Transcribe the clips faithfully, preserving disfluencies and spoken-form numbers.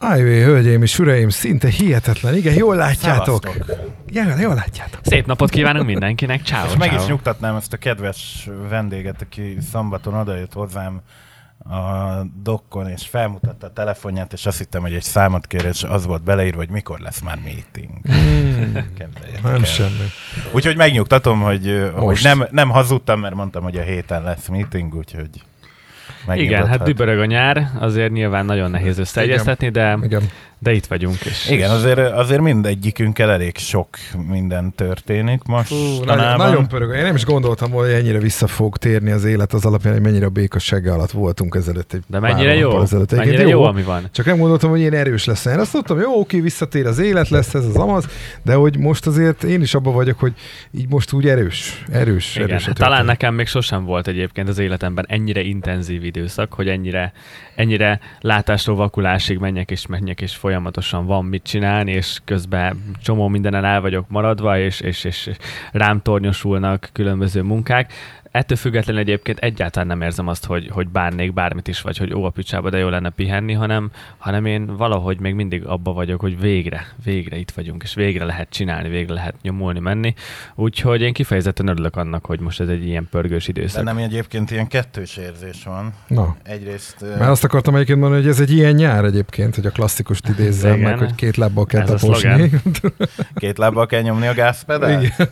Ájvé, hölgyeim és uraim, szinte hihetetlen. Igen, jól látjátok. Igen, jól látjátok. Szép napot kívánunk mindenkinek. Ciao, És meg is nyugtatnám ezt a kedves vendéget, aki szombaton odajött hozzám a dokkon, és felmutatta a telefonját, és azt hittem, hogy egy számot kér, és az volt beleírva, hogy mikor lesz már meeting. Mm, nem semmi. Úgyhogy megnyugtatom, hogy, hogy nem, nem hazudtam, mert mondtam, hogy a héten lesz meeting, úgyhogy igen, hát dübörög a nyár, azért nyilván nagyon nehéz összeegyeztetni, de, de itt vagyunk. És, igen, azért, azért mindegyikünkkel elég sok minden történik most. Fú, nagyon, nagyon pörög. Én nem is gondoltam, hogy ennyire vissza fog térni az élet az alapján, hogy mennyire a békassága alatt voltunk ezelőtt egy de mennyire jó, ezelőtt. mennyire jó, jó, ami van. Csak nem gondoltam, hogy én erős lesz. Én azt mondtam, jó, oké, visszatér az élet, lesz ez az amaz, de hogy most azért én is abban vagyok, hogy így most úgy erős, erős, igen, erős. Hát talán nekem még sosem volt egyébként az életemben ennyire intenzív időszak, hogy ennyire, ennyire látásról vakulásig menjek és menjek, és folyamatosan van mit csinálni, és közben csomó mindenen el vagyok maradva, és, és, és rám tornyosulnak különböző munkák. Ettől függetlenül egyébként egyáltalán nem érzem azt, hogy, hogy bánnék bármit is, vagy hogy ó, a picsába, de jó lenne pihenni, hanem, hanem én valahogy még mindig abba vagyok, hogy végre, végre itt vagyunk, és végre lehet csinálni, végre lehet nyomulni, menni. Úgyhogy én kifejezetten örülök annak, hogy most ez egy ilyen pörgős időszak. De nem egyébként ilyen kettős érzés van. Na. Egyrészt... Mert azt akartam egyébként mondani, hogy ez egy ilyen nyár egyébként, hogy a klasszikust idézzem meg, hogy két lábbal kell taposni. Két lábbal kell nyomni a gázpedált? Igen.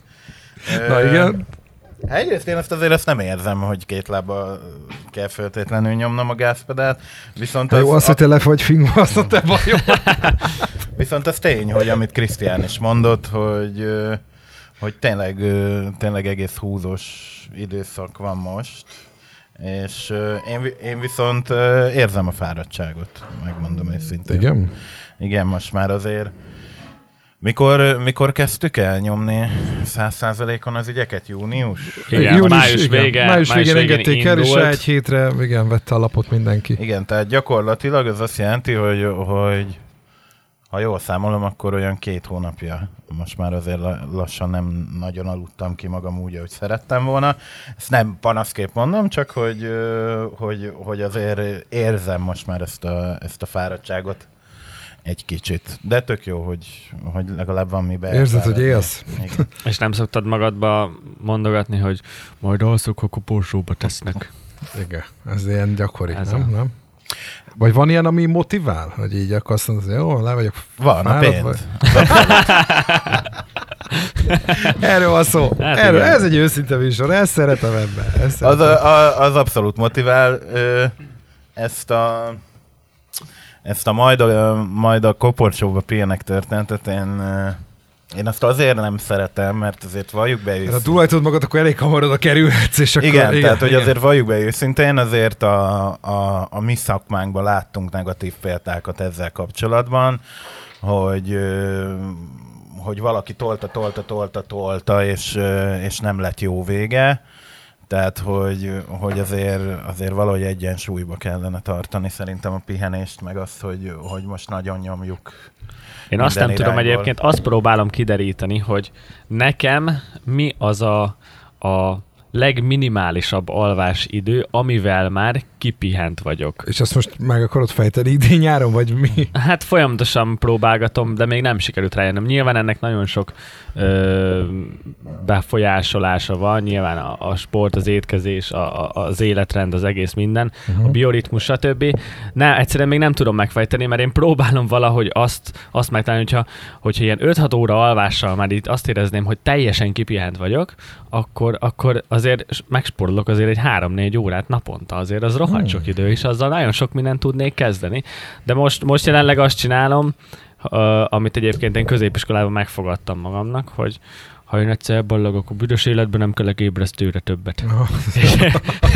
Na igen. Egyrészt én ezt azért ezt nem érzem, hogy két lábbal kell feltétlenül nyomnom a gázpedált. Viszont az, jó, az, a... hogy te le vagy fingva, azt a te bajod. Viszont az tény, hogy amit Krisztián is mondott, hogy, hogy tényleg, tényleg egész húzós időszak van most. És én, én viszont érzem a fáradtságot, megmondom őszintén. Igen? Igen, most már azért... Mikor, mikor kezdtük el nyomni száz százalékon az ügyeket? Június? Igen, Június, május igen. vége. Május végén engedték el, és indult. egy hétre igen, vette a lapot mindenki. Igen, tehát gyakorlatilag ez azt jelenti, hogy, hogy ha jól számolom, akkor olyan két hónapja. Most már azért lassan nem nagyon aludtam ki magam úgy, ahogy szerettem volna. Ezt nem panaszképp mondom, csak hogy, hogy, hogy azért érzem most már ezt a, ezt a fáradtságot. Egy kicsit. De tök jó, hogy, hogy legalább van miben. Érzed, hogy élsz? És nem szoktad magadba mondogatni, hogy majd alszok, ha koporsóba tesznek. Igen, ez ilyen gyakori, ez nem? A... nem? Vagy van ilyen, ami motivál? Hogy így akkor azt mondod, hogy jó, le vagyok van, a pénz. Erről van szó. Hát Erről, ez egy őszinte műsor, ezt szeretem ebben. Ezt szeretem. Az, a, az abszolút motivál ö, ezt a Ezt a majd a, majd a koporsóba pihenek történetet, én, én azt azért nem szeretem, mert azért valljuk be őszintén. Ha tulajtod magad, akkor elég hamar oda kerülhetsz, és akkor... Igen, igen, tehát hogy igen. azért valljuk be őszintén, azért a, a, a mi szakmánkban láttunk negatív példákat ezzel kapcsolatban, hogy, hogy valaki tolta, tolta, tolta, tolta, és, és nem lett jó vége. Tehát, hogy, hogy azért, azért valahogy egyensúlyba kellene tartani szerintem a pihenést, meg azt, hogy, hogy most nagyon nyomjuk. Én azt nem irányból. Tudom egyébként, azt próbálom kideríteni, hogy nekem mi az a, a legminimálisabb alvásidő, amivel már kipihent vagyok. És azt most meg akarod fejteni idén nyáron, vagy mi? Hát folyamatosan próbálgatom, de még nem sikerült rájönnöm. Nyilván ennek nagyon sok ö, befolyásolása van, nyilván a, a sport, az étkezés, a, a, az életrend, az egész minden, uh-huh. a bioritmus, stb. Ne, egyszerűen még nem tudom megfejteni, mert én próbálom valahogy azt, azt megtalálni, hogyha, hogyha ilyen öt-hat óra alvással már itt azt érezném, hogy teljesen kipihent vagyok, akkor, akkor azért megsporolok azért egy három-négy órát naponta, azért az rohadt hmm. sok idő, és azzal nagyon sok mindent tudnék kezdeni. De most, most jelenleg azt csinálom, uh, amit egyébként én középiskolában megfogadtam magamnak, hogy ha én egyszer ballagok a büdös életben, nem kellek ébresztőre többet. Oh. és,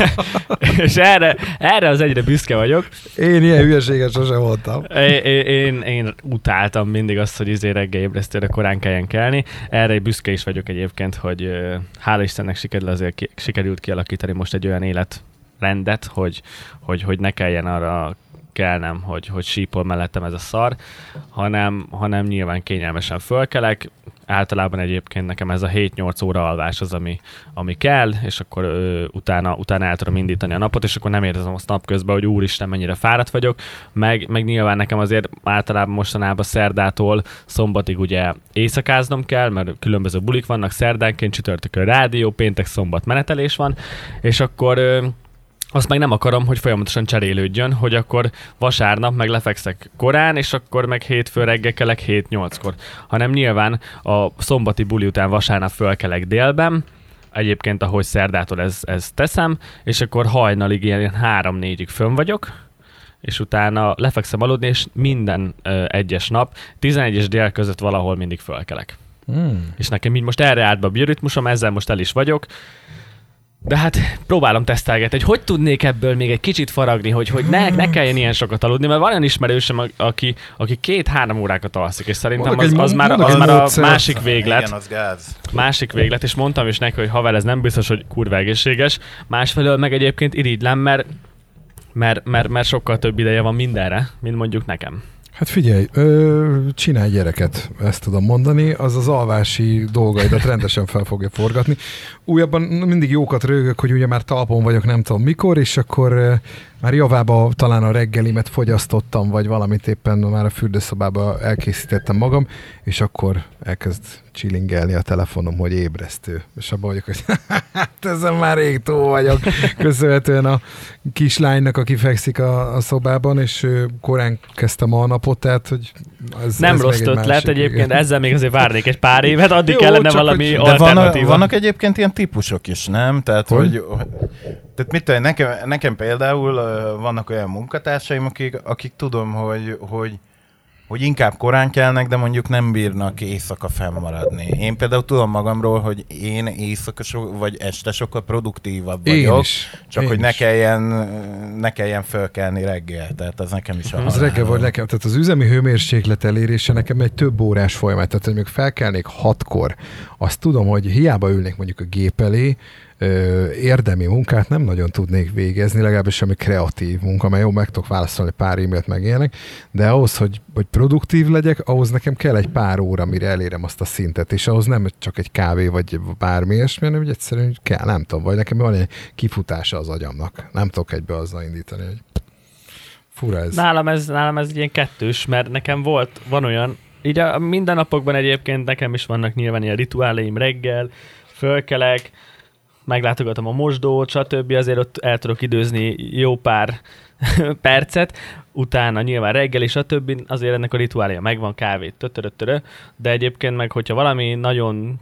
és erre, erre az egyre büszke vagyok. Én ilyen hülyeséget sosem voltam. Én, én, én utáltam mindig azt, hogy izé reggel ébresztőre korán kelljen kelni. Erre büszke is vagyok egyébként, hogy hála Istennek sikerül azért ki, sikerült kialakítani most egy olyan életrendet, hogy, hogy, hogy ne kelljen arra kelnem, hogy, hogy sípol mellettem ez a szar, hanem, hanem nyilván kényelmesen fölkelek, általában egyébként nekem ez a hét-nyolc óra alvás az, ami, ami kell, és akkor ö, utána, utána el tudom indítani a napot, és akkor nem érzem azt napközben, hogy úristen, mennyire fáradt vagyok, meg, meg nyilván nekem azért általában mostanában szerdától szombatig ugye éjszakáznom kell, mert különböző bulik vannak, szerdánként, csütörtökön rádió, péntek, szombat menetelés van, és akkor ö, azt meg nem akarom, hogy folyamatosan cserélődjön, hogy akkor vasárnap meg lefekszek korán, és akkor meg hétfő reggel kelek hét-nyolckor. Hanem nyilván a szombati buli után vasárnap fölkelek délben, egyébként ahogy szerdától ez, ez teszem, és akkor hajnalig ilyen három-négyig fönn vagyok, és utána lefekszem aludni, és minden ö, egyes nap tizenegy és dél között valahol mindig fölkelek. Hmm. És nekem így most erre állt be a bioritmusom, ezzel most el is vagyok. De hát próbálom tesztelgetni, hogy hogy tudnék ebből még egy kicsit faragni, hogy, hogy ne, ne kelljen ilyen sokat aludni, mert van olyan ismerősöm, aki, aki két-három órákat alszik, és szerintem az, az már, az már a másik véglet. Igen, az gáz. Másik véglet, és mondtam is neki, hogy haver, ez nem biztos, hogy kurva egészséges. Másfelől meg egyébként irigylem, mert, mert, mert, mert sokkal több ideje van mindenre, mint mondjuk nekem. Hát figyelj, ö, csinálj gyereket, ezt tudom mondani, az az alvási dolgaidat rendesen fel fogja forgatni. Újabban mindig jókat rögök, hogy ugye már talpon vagyok, nem tudom mikor, és akkor ö, már javába talán a reggelimet fogyasztottam, vagy valamit éppen már a fürdőszobába elkészítettem magam, és akkor elkezd chillingelni a telefonom, hogy ébresztő. És abban vagyok, hogy hát ezen már rég túl vagyok, köszönhetően a kislánynak, aki fekszik a, a szobában, és korán kezdtem a napot, tehát, hogy ez, nem ez rossz ötlet másik, egyébként, igen. ezzel még azért várnék egy pár évet, addig Jó, kellene csak valami hogy... alternatíva. Van, vannak egyébként ilyen típusok is, nem? Tehát, hogy, hogy tehát mit tudom, nekem, nekem például uh, vannak olyan munkatársaim, akik, akik tudom, hogy, hogy, hogy inkább korán kelnek, de mondjuk nem bírnak éjszaka fennmaradni. Én például tudom magamról, hogy én éjszaka so, vagy este sokkal produktívabb vagyok, is, csak én hogy ne is. kelljen, ne kelljen fölkelni reggel. Tehát az nekem is a Az reggel vagy nekem, tehát az üzemi hőmérséklet elérése nekem egy több órás folyamat, tehát hogy még felkelnék hatkor, azt tudom, hogy hiába ülnék mondjuk a gép elé, Ö, érdemi munkát nem nagyon tudnék végezni, legalábbis semmi kreatív munka, mert jó, meg tudok válaszolni pár e-mailt meg ilyenek, de ahhoz, hogy, hogy produktív legyek, ahhoz nekem kell egy pár óra, mire elérem azt a szintet, és ahhoz nem csak egy kávé, vagy bármi ilyesmi, hanem hogy egyszerűen kell, nem tudom, vagy nekem van egy kifutása az agyamnak. Nem tudok egybe azzal indítani, hogy fura ez. Nálam ez, nálam ez ilyen kettős, mert nekem volt, van olyan, így a mindennapokban egyébként nekem is vannak nyilván ilyen rituáleim reggel, fölkelek, meglátogatom a mosdót, stb. Azért ott el tudok időzni jó pár percet, utána nyilván reggel és stb. Azért ennek a rituáléja megvan, kávét, tötörötörö, de egyébként meg, hogyha valami nagyon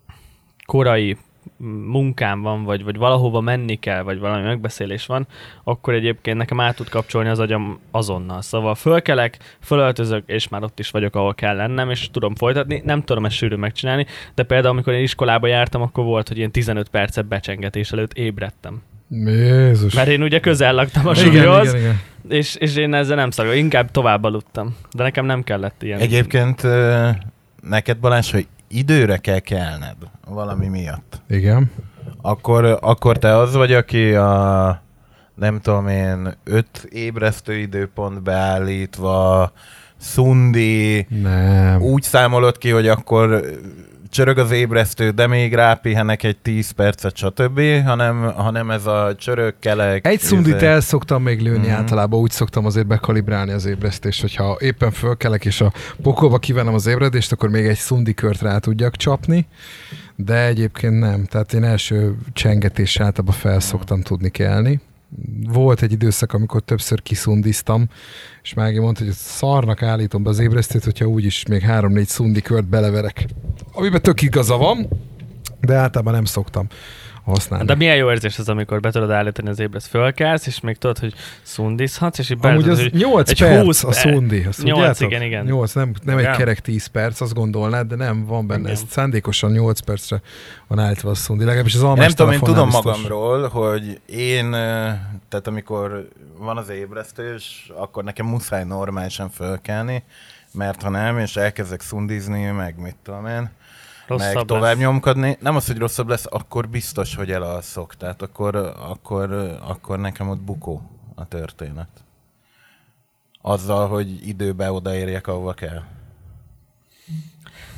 korai munkám van, vagy, vagy valahova menni kell, vagy valami megbeszélés van, akkor egyébként nekem át tud kapcsolni az agyam azonnal. Szóval fölkelek, fölöltözök, és már ott is vagyok, ahol kell lennem, és tudom folytatni. Nem tudom ezt sűrűn megcsinálni, de például amikor én iskolába jártam, akkor volt, hogy ilyen tizenöt percet becsengetés előtt ébredtem. Jézus. Mert én ugye közel laktam a súlyhoz, és, és én ezzel nem szarok, inkább tovább aludtam. De nekem nem kellett ilyen. Egyébként neked, Balázs, hogy időre kell kelned valami miatt. Igen. Akkor, akkor te az vagy, aki a nem tudom én, öt ébresztő időpont beállítva, szundi, nem. úgy számolod ki, hogy akkor csörög az ébresztő, de még rápihenek egy tíz percet, stb., hanem, hanem ez a csörög, kelek... Egy szundit izé... el szoktam még lőni, mm-hmm. általában úgy szoktam azért bekalibrálni az ébresztést, hogyha éppen fölkelek és a pokolba kivenem az ébredést, akkor még egy szundi kört rá tudjak csapni, de egyébként nem. Tehát én első csengetéssel általában fel szoktam tudni kelni. Volt egy időszak, amikor többször kiszundiztam, és Mági mondta, hogy szarnak állítom be az ébresztőt, hogyha úgyis még három-négy szundi kört beleverek. Amiben tök igaza van, de általában nem szoktam használni. De milyen jó érzés az, amikor be tudod állítani az ébreszt, fölkelsz, és még tudod, hogy szundizhatsz, és így amúgy az hogy nyolc perc húsz a szundi. nyolc, igen, igen. nyolc, nem, nem egy kerek tíz perc, azt gondolnád, de nem, van benne. Igen. Ez szándékosan nyolc percre van állítva a szundi. Legalábbis az almás nem tudom, én tudom biztos. magamról, hogy én, tehát amikor van az ébresztő, és akkor nekem muszáj normálisan fölkelni, mert ha nem, és elkezdek szundizni, meg mit tudom én, rosszabb meg tovább lesz. Nyomkodni. Nem az, hogy rosszabb lesz, akkor biztos, hogy elalszok. Tehát akkor, akkor, akkor nekem ott bukó a történet. Azzal, hogy időbe odaérjek, ahova kell.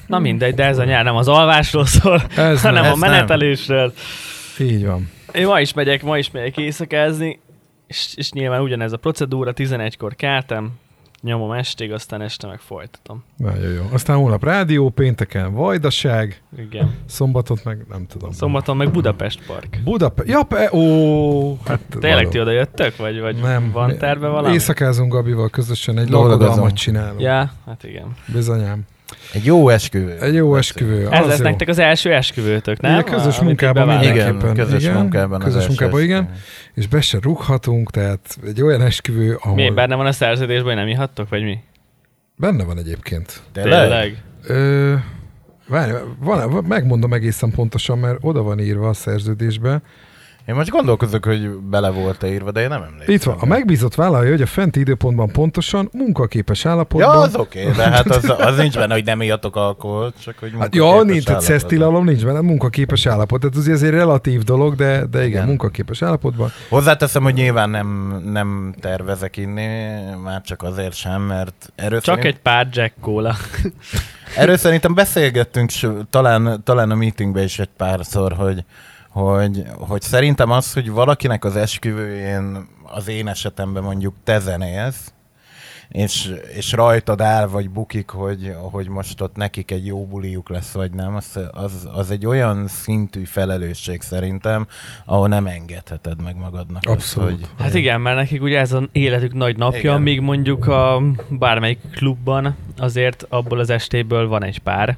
Na mindegy, de ez a nyár nem az alvásról szól, Ez hanem nem, a menetelésről. Így van. Én ma is megyek, ma is megyek éjszakázni, és, és nyilván ugyanez a procedúra, tizenegykor keltem, nyomom estig, aztán este meg folytatom. Nagyon jó. Aztán holnap rádió, pénteken Vajdaság, Igen. szombatot meg nem tudom. Szombaton meg Budapest Park. Budapest, ja, pe- ó, hát Tényleg való. ti oda jöttök, vagy, vagy Nem. van terve valami? Éjszakázunk Gabival közösen, egy Dolgozom. lakodalmat csinálunk. Ja, hát igen. Bizonyám. Egy jó esküvő. Egy jó esküvő. Ez az lesz jó. nektek az első esküvőtök, nem? Igen, közös Amit munkában így bevállaltok. mindenképpen. Igen, közös munkában az Közös első munkában, igen. esküvő. És be se rúghatunk, tehát egy olyan esküvő, ahol... Mi, benne van a szerződésben, hogy nem ihattok, vagy mi? Benne van egyébként. Tényleg? Ö, várj, van, megmondom egészen pontosan, mert oda van írva a szerződésbe. Én most gondolkozok, hogy bele volt-e írva, de én nem emlékszem. Itt van, a megbízott vállalja, hogy a fenti időpontban pontosan munkaképes állapotban... Ja, az oké, okay, de hát az, az nincs benne, hogy nem ijatok alkoholt, csak hogy Hát, ja, nincs, tehát szesztilalom nincs benne, munkaképes állapot. Tehát azért ez egy relatív dolog, de, de igen, igen, munkaképes állapotban. Hozzáteszem, hogy nyilván nem, nem tervezek inni, már csak azért sem, mert erről Csak szerint, egy pár Jack Cola. erről szerintem beszélgettünk, talán, talán a meetingben is egy párszor, hogy Hogy, hogy szerintem az, hogy valakinek az esküvőjén, az én esetemben mondjuk te zenélsz, és, és rajtad áll vagy bukik, hogy, hogy most ott nekik egy jó bulijuk lesz, vagy nem, az, az, az egy olyan szintű felelősség szerintem, ahol nem engedheted meg magadnak. Abszolút. Azt, hogy... Hát igen, mert nekik ugye ez az életük nagy napja, igen. Míg mondjuk a bármelyik klubban azért abból az estéből van egy pár.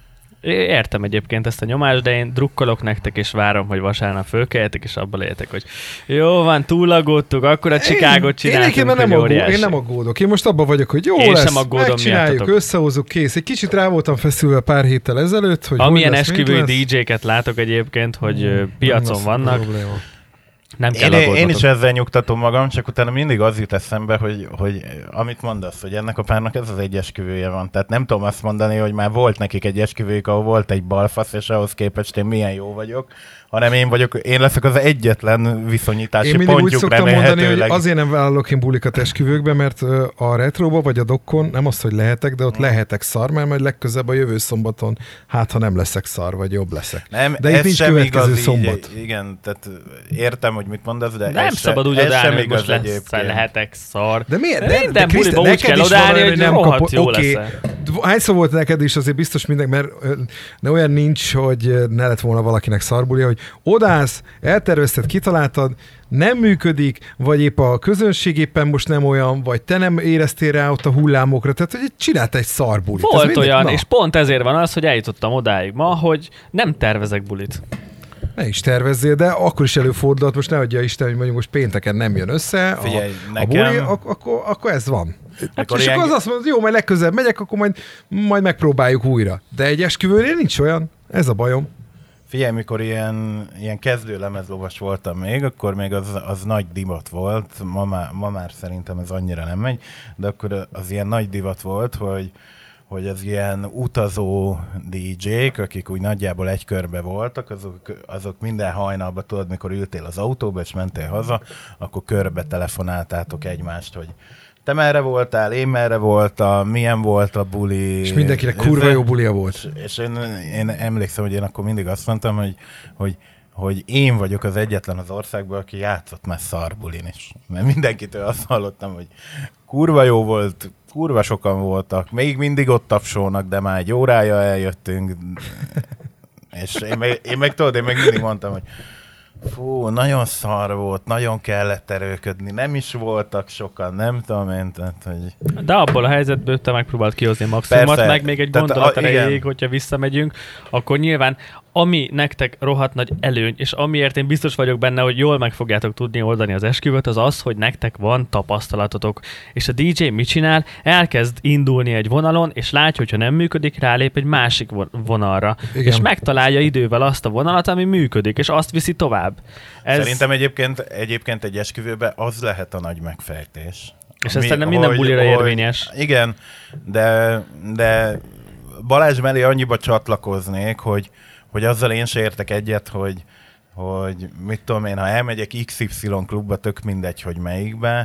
Értem egyébként ezt a nyomást, de én drukkolok nektek, és várom, hogy vasárnap fölkeljetek, és abban éljetek, hogy jó van, túlaggódtuk, akkor a Chicagot csináltunk, én, én, nem hogy aggódok, én nem aggódok. Én most abban vagyok, hogy jó én lesz, sem aggódom, megcsináljuk, miattatok. összehozzuk, kész. Egy kicsit rá voltam feszülve pár héttel ezelőtt, hogy amilyen hogy lesz, esküvői lesz. dé dzsé-ket látok egyébként, hogy hmm, piacon vannak, probléma. nem kell Én, aggódnotok. én is ezzel nyugtatom magam, csak utána mindig az jut eszembe, hogy, hogy amit mondasz, hogy ennek a párnak ez az egy esküvője van. Tehát nem tudom azt mondani, hogy már volt nekik egy esküvőjük, ahol volt egy balfasz, és ahhoz képest én milyen jó vagyok, hanem én vagyok, én leszek az egyetlen viszonyítási én mindig úgy pontjuk szoktam mondani, hogy remélhetőleg. azért nem vállalok én bulikat esküvőkbe, mert a retroba vagy a dokkon nem az, hogy lehetek, de ott hmm. lehetek szar, mert majd legközebb a jövő szombaton, hát ha nem leszek szar, vagy jobb leszek. Nem, de itt nincs sem következő igaz, szombat. Így, igen, tehát értem, hogy mit mondasz, de nem ez szabad se, úgy ez odaállni, sem hogy most igaz lesz, egyébként. lehetek szar. De miért? De minden buliba úgy kell odaállni, hogy rohadt jó okay. leszel. Hányszor volt neked is azért biztos minden, mert ne olyan nincs, hogy ne lett volna valakinek szarbulia, hogy odállsz, eltervezted, kitaláltad, nem működik, vagy épp a közönség éppen most nem olyan, vagy te nem éreztél rá ott a hullámokra, tehát hogy csinált egy szarbulit. Volt mindig, olyan, na. és pont ezért van az, hogy eljutottam odáig ma, hogy nem tervezek bulit. Ne is tervezzél, de akkor is előfordulhat, most ne adja Isten, hogy mondjuk most pénteken nem jön össze Figyelj, a, nekem... a buli, ak- akkor, akkor ez van. Hát, és ilyen... akkor az azt mondod, jó, majd legközelebb megyek, akkor majd, majd megpróbáljuk újra. De egy esküvőnél nincs olyan, ez a bajom. Figyelj, mikor ilyen, ilyen kezdő lemezlovas voltam még, akkor még az, az nagy divat volt, ma már, ma már szerintem ez annyira nem megy, de akkor az ilyen nagy divat volt, hogy, hogy az ilyen utazó dé dzsé-k, akik úgy nagyjából egy körbe voltak, azok, azok minden hajnalban, tudod, mikor ültél az autóba és mentél haza, akkor körbe telefonáltátok egymást, hogy te merre voltál, én merre voltam, milyen volt a buli. És mindenkinek kurva jó bulia volt. És, és én, én emlékszem, hogy én akkor mindig azt mondtam, hogy, hogy, hogy én vagyok az egyetlen az országban, aki játszott már szarbulin is. Mert mindenkitől azt hallottam, hogy kurva jó volt, kurva sokan voltak, még mindig ott tapsolnak, de már egy órája eljöttünk. És én meg, én meg tudod, én meg mindig mondtam, hogy fú, nagyon szar volt, nagyon kellett erőködni, nem is voltak sokan, nem tudom én, tehát, hogy... De abból a helyzetből te megpróbált kihozni a maximumot, Persze. meg még egy Tehát gondolat a- erejéig, igen. hogyha visszamegyünk, akkor nyilván ami nektek rohadt nagy előny, és amiért én biztos vagyok benne, hogy jól meg fogjátok tudni oldani az esküvőt, az az, hogy nektek van tapasztalatotok. És a dé dzsé mit csinál? Elkezd indulni egy vonalon, és látja, hogyha nem működik, rálép egy másik vonalra. Igen. És megtalálja idővel azt a vonalat, ami működik, és azt viszi tovább. Ez... Szerintem egyébként, egyébként egy esküvőben az lehet a nagy megfejtés. És ez szerintem minden bulira érvényes. Igen, de, de Balázs mellé annyiba csatlakoznék, hogy, hogy azzal én se értek egyet, hogy, hogy mit tudom én, ha elmegyek iksz ipszilon klubba, tök mindegy, hogy melyikbe,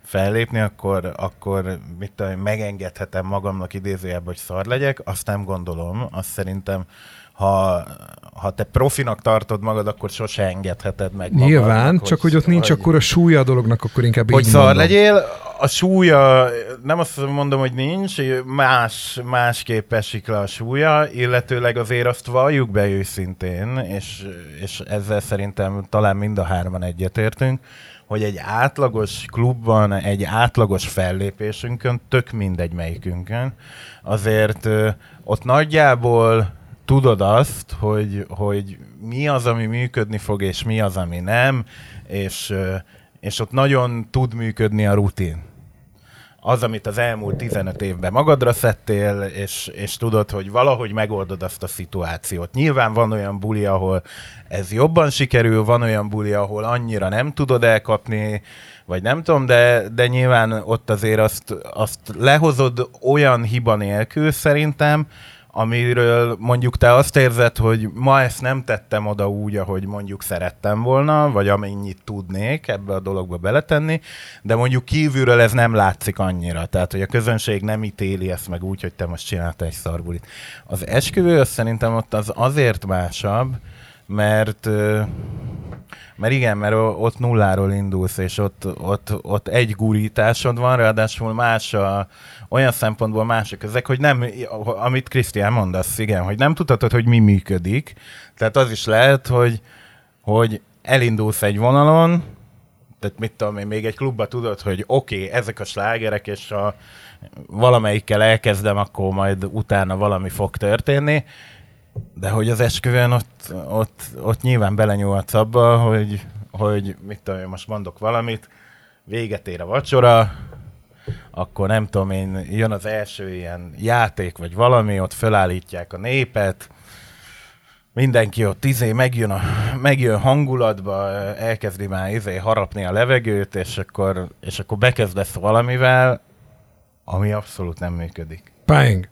fellépni, akkor, akkor mit tudom, megengedhetem magamnak idézőjebb, hogy szar legyek, azt nem gondolom, azt szerintem ha, ha te profinak tartod magad, akkor sose engedheted meg magadnak. Nyilván, csak hogy, hogy ott nincs hogy, akkor a súlya a dolognak, akkor inkább hogy így szar mondom. legyél, a súlya, nem azt mondom, hogy nincs, más, másképp esik le a súlya, illetőleg azért azt valljuk be őszintén, és, és ezzel szerintem talán mind a hárman egyetértünk, hogy egy átlagos klubban, egy átlagos fellépésünkön, tök mindegy melyikünkön, azért ö, ott nagyjából tudod azt, hogy, hogy mi az, ami működni fog, és mi az, ami nem, és, ö, és ott nagyon tud működni a rutin. Az, amit az elmúlt tizenöt évben magadra szedtél, és, és tudod, hogy valahogy megoldod azt a szituációt. Nyilván van olyan buli, ahol ez jobban sikerül, van olyan buli, ahol annyira nem tudod elkapni, vagy nem tudom, de, de nyilván ott azért azt, azt lehozod olyan hiba nélkül szerintem, amiről mondjuk te azt érzed, hogy ma ezt nem tettem oda úgy, ahogy mondjuk szerettem volna, vagy amennyit tudnék ebbe a dologba beletenni, de mondjuk kívülről ez nem látszik annyira. Tehát, hogy a közönség nem ítéli ezt meg úgy, hogy te most csináltál egy szarbulit. Az esküvő az szerintem ott az azért másabb, mert... Mert igen, mert ott nulláról indulsz, és ott, ott, ott egy gurításod van, ráadásul más a, olyan szempontból mások ezek, hogy nem, amit Krisztián mondasz, igen, hogy nem tudhatod, hogy mi működik. Tehát az is lehet, hogy, hogy elindulsz egy vonalon, tehát mit tudom én, még egy klubba tudod, hogy oké, okay, ezek a slágerek, és ha valamelyikkel elkezdem, akkor majd utána valami fog történni. De hogy az esküvőn ott, ott, ott nyilván belenyúlhatsz abba, hogy, hogy mit tudom én, most mondok valamit, véget ér a vacsora, akkor nem tudom én, jön az első ilyen játék, vagy valami, ott felállítják a népet, mindenki ott izé megjön, a, megjön hangulatba, elkezdi már izé harapni a levegőt, és akkor, és akkor bekezdesz valamivel, ami abszolút nem működik. Bang!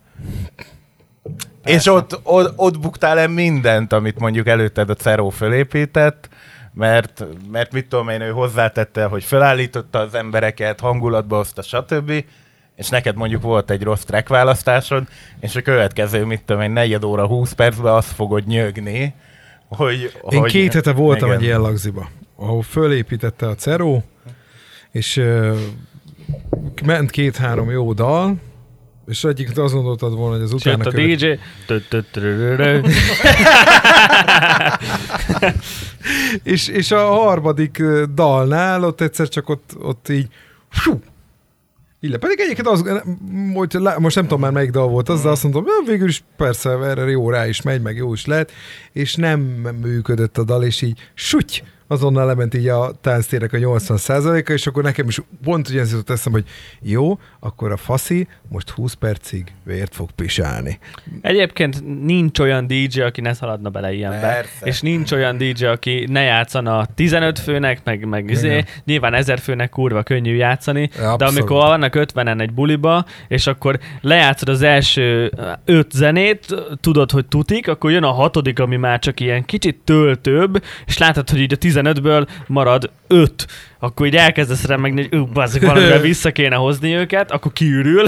És ott, ott, ott buktál el mindent, amit mondjuk előtted a Ceró fölépített, mert, mert mit tudom én, ő hozzátette, hogy felállította az embereket, hangulatba hozta, stb. És neked mondjuk volt egy rossz track választásod, és a következő, mit tudom én, negyed óra, húsz percben azt fogod nyögni, hogy... Én hogy, két hete voltam igen. egy ilyen lagziba, ahol fölépítette a Ceró, és uh, ment két-három jó dal, és egyiket azt gondoltad volna, hogy az utána a dé dzsé. és, és a harmadik dalnál ott egyszer csak ott, ott így fú, ille. Pedig egyébként az, hogy most nem tudom már melyik dal volt az, de azt mondom, végül is persze erre jó rá is megy, meg jó is lehet, és nem működött a dal, és így suty, azonnal lement így a tánctérek a nyolcvan százaléka, és akkor nekem is pont ugyanaz jutott eszembe, hogy jó, akkor a faszi most húsz percig vért fog pisálni. Egyébként nincs olyan dé dzsé, aki ne szaladna bele ilyenbe, Persze. és nincs olyan dé dzsé, aki ne játszana tizenöt főnek, meg, meg izé, nyilván ezer főnek kurva könnyű játszani, Ja, de amikor vannak ötvenen egy buliba, és akkor lejátszod az első öt zenét, tudod, hogy tutik, akkor jön a hatodik, ami már csak ilyen kicsit töltőbb, és látod, hogy így a tizenötből marad öt, akkor így elkezdesz remegni, hogy ú, bazzik, valamivel vissza kéne hozni őket, akkor kiürül,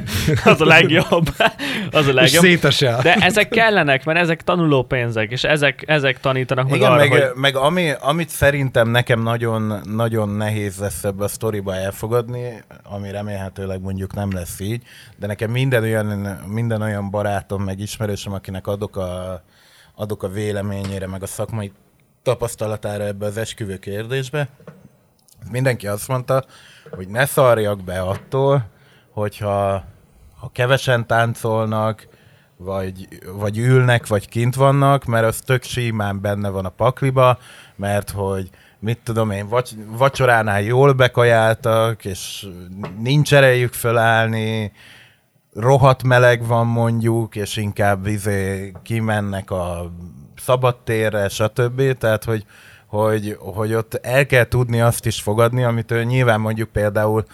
az a legjobb. Az a legjobb. És szétesel. De ezek kellenek, mert ezek tanulópénzek, és ezek, ezek tanítanak meg igen, arra, meg, hogy... meg ami, amit szerintem nekem nagyon, nagyon nehéz lesz ebbe a sztoriba elfogadni, ami remélhetőleg mondjuk nem lesz így, de nekem minden olyan, minden olyan barátom, meg ismerősöm, akinek adok a, adok a véleményére, meg a szakmai tapasztalatára ebbe az esküvő kérdésbe, mindenki azt mondta, hogy ne szarjak be attól, hogyha ha kevesen táncolnak, vagy, vagy ülnek, vagy kint vannak, mert az tök simán benne van a pakliba, mert hogy mit tudom én, vacs- vacsoránál jól bekajáltak, és nincs erejük fölállni, rohadt meleg van mondjuk, és inkább izé kimennek a szabadtérre, stb. Tehát, hogy, hogy, hogy ott el kell tudni azt is fogadni, amitől nyilván mondjuk például,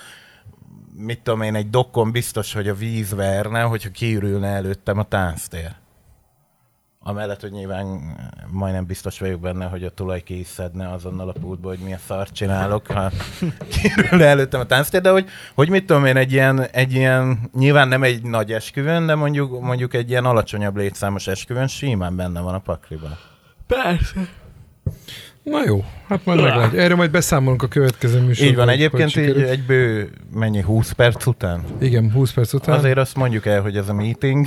mit tudom én, egy dokkon biztos, hogy a víz verne, hogyha kiürülne előttem a tánctér. Amellett, hogy nyilván majdnem biztos vagyok benne, hogy a tulaj ki is szedne azonnal a pultba, hogy mi a szart csinálok, ha kirülne előttem a tánctér, de hogy, hogy mit tudom én, egy ilyen, egy ilyen, nyilván nem egy nagy esküvőn, de mondjuk, mondjuk egy ilyen alacsonyabb létszámos esküvőn simán benne van a pakliban. Persze. Na jó, hát majd meglátjuk. Erről majd beszámolunk a következő műsorban. Így van, egyébként így egy bő, mennyi, húsz perc után? Igen, húsz perc után. Azért azt mondjuk el, hogy ez a meeting.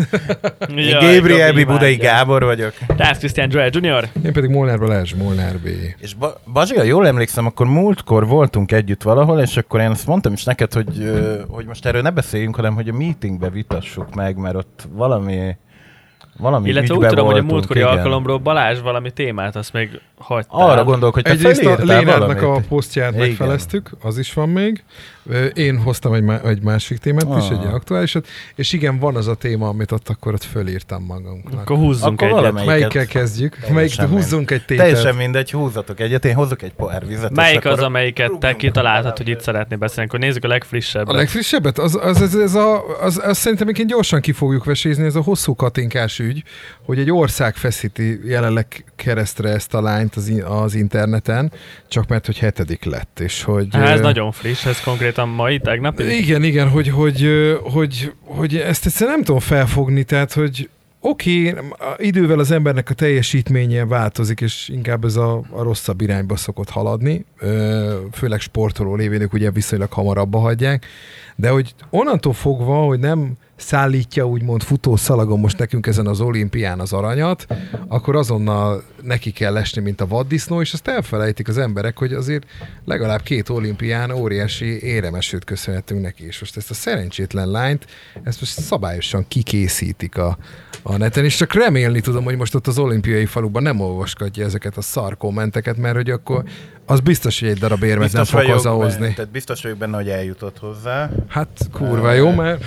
Jaj, Gabriel Gabi Budai vágja. Gábor vagyok. Tász Krisztián Joel junior Én pedig Molnár Balázs, Molnár B. És ba- Bazsi, ha jól emlékszem, akkor múltkor voltunk együtt valahol, és akkor én azt mondtam is neked, hogy, ö, hogy most erről ne beszéljünk, hanem hogy a meetingbe vitassuk meg, mert ott valami... Valami Illetve úgy ügybe tudom, hogy a voltunk, múltkori igen. alkalomról Balázs valami témát, azt még hagytál. Arra gondolok, hogy te Egyrészt a felírtál Lénárnak a valamit. posztját Igen. megfeleztük, az is van még. Én hoztam egy, má- egy másik témát Ah. is, egy aktuálisat, és igen, van az a téma, amit ott akkor ott fölírtam magunknak. Akkor húzzunk Akkor egyet. valamelyik- Melyikkel kezdjük? Melyik, Teljesen húzzunk egy tételt. Teljesen mindegy, húzatok egyet, én hozok egy pohár vizet. és Melyik az, akkor amelyiket te rúgjunk kitaláltad, bele. hogy itt szeretné beszélni? Akkor nézzük a legfrissebbet. A legfrissebbet? Az, az, az, az, a, az, az szerintem egyébként gyorsan ki fogjuk vesézni, ez a hosszú katinkás ügy, hogy egy ország feszíti jelenleg keresztre ezt a lányt az, in- az interneten, csak mert, hogy hetedik lett, és hogy... Há, ez ö, nagyon friss, ez konkrétan mai, tegnap. Igen, igen, hogy, hogy, hogy, hogy, hogy ezt egyszerűen nem tudom felfogni, tehát, hogy oké, okay, idővel az embernek a teljesítménye változik, és inkább ez a, a rosszabb irányba szokott haladni, ö, főleg sportoló lévén, ők ugye viszonylag hamarabb hagyják, de hogy onnantól fogva, hogy nem szállítja úgymond futószalagon most nekünk ezen az olimpián az aranyat, akkor azonnal neki kell esni, mint a vaddisznó, és azt elfelejtik az emberek, hogy azért legalább két olimpián óriási éremesőt köszönhetünk neki, és most ezt a szerencsétlen lányt, ezt most szabályosan kikészítik a, a neten, és csak remélni tudom, hogy most ott az olimpiai faluban nem olvaskatja ezeket a szar kommenteket, mert hogy akkor az biztos, hogy egy darab érmet nem fog vagyok hazahozni. benne, tehát biztos vagyok benne, hogy eljutott hozzá. Hát kurva jó, mert...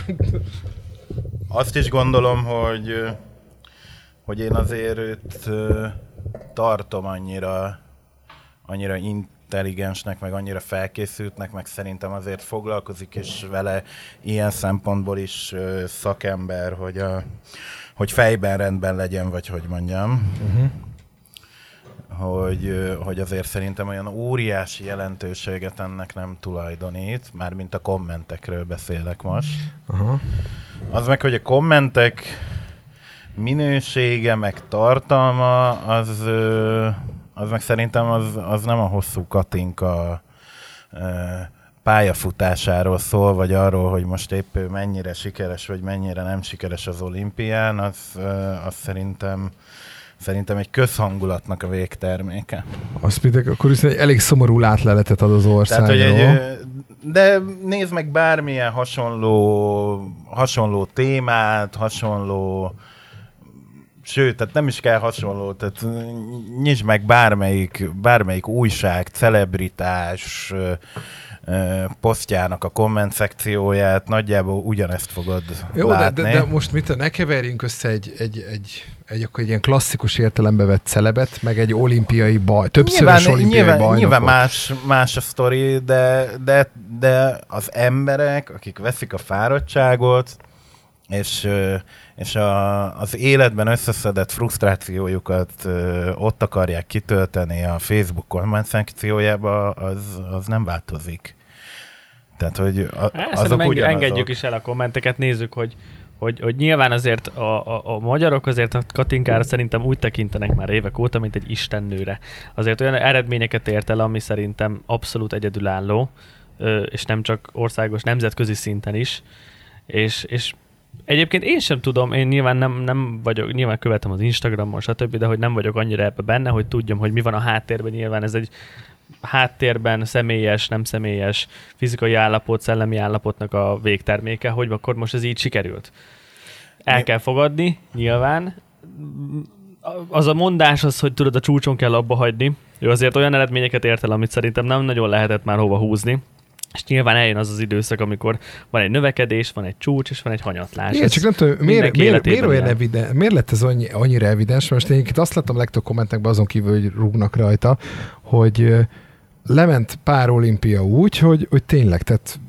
Azt is gondolom, hogy, hogy én azért őt ö, tartom annyira, annyira intelligensnek, meg annyira felkészültnek, meg szerintem azért foglalkozik is vele ilyen szempontból is ö, szakember, hogy, a, hogy fejben rendben legyen, vagy hogy mondjam. Uh-huh. Hogy, hogy azért szerintem olyan óriási jelentőséget ennek nem tulajdonít, mármint a kommentekről beszélek most. Aha. Az meg, hogy a kommentek minősége, meg tartalma, az, az meg szerintem az, az nem a hosszú Katinka pályafutásáról szól, vagy arról, hogy most épp ő mennyire sikeres, vagy mennyire nem sikeres az olimpián, az, az szerintem Szerintem egy közhangulatnak a végterméke. Azt mondjuk, akkor viszont egy elég szomorú látleletet ad az országról. Tehát, hogy egy, de nézd meg bármilyen hasonló, hasonló témát, hasonló, sőt, tehát nem is kell hasonló, tehát nyisd meg bármelyik, bármelyik újság, celebritás posztjának a komment szekcióját, nagyjából ugyanezt fogod Jó, látni. de, de, de most mit, ne keverjünk össze egy, egy, egy, egy, akkor egy ilyen klasszikus értelembe vett celebet, meg egy olimpiai baj, többszörös nyilván, olimpiai nyilván, bajnokot. nyilván más, más a sztori, de, de, de az emberek, akik veszik a fáradtságot, és, és a, az életben összeszedett frusztrációjukat ott akarják kitölteni a Facebook komment szekciójába, az, az nem változik. Tehát, hogy a, azok eng- ugyanazok. engedjük is el a kommenteket, nézzük, hogy, hogy, hogy nyilván azért a, a, a magyarok azért a Katinkára szerintem úgy tekintenek már évek óta, mint egy istennőre. Azért olyan eredményeket ért el, ami szerintem abszolút egyedülálló, és nem csak országos, nemzetközi szinten is. És, és egyébként én sem tudom, én nyilván nem, nem vagyok, nyilván követem az Instagramon, stb., de hogy nem vagyok annyira ebbe benne, hogy tudjam, hogy mi van a háttérben, nyilván ez egy háttérben személyes, nem személyes, fizikai állapot, szellemi állapotnak a végterméke, hogy akkor most ez így sikerült. El kell fogadni, nyilván. Az a mondás az, hogy tudod, a csúcson kell abba hagyni. Ő azért olyan eredményeket ért el, amit szerintem nem nagyon lehetett már hova húzni. És nyilván eljön az az időszak, amikor van egy növekedés, van egy csúcs, és van egy hanyatlás. Igen, csak nem tudom, miért, miért, miért, olyan evidens, miért lett ez annyi, annyira evidens? Most én azt láttam a legtöbb kommentekben azon kívül, hogy rúgnak rajta, hogy lement pár olimpia úgy, hogy, hogy tényleg, tehát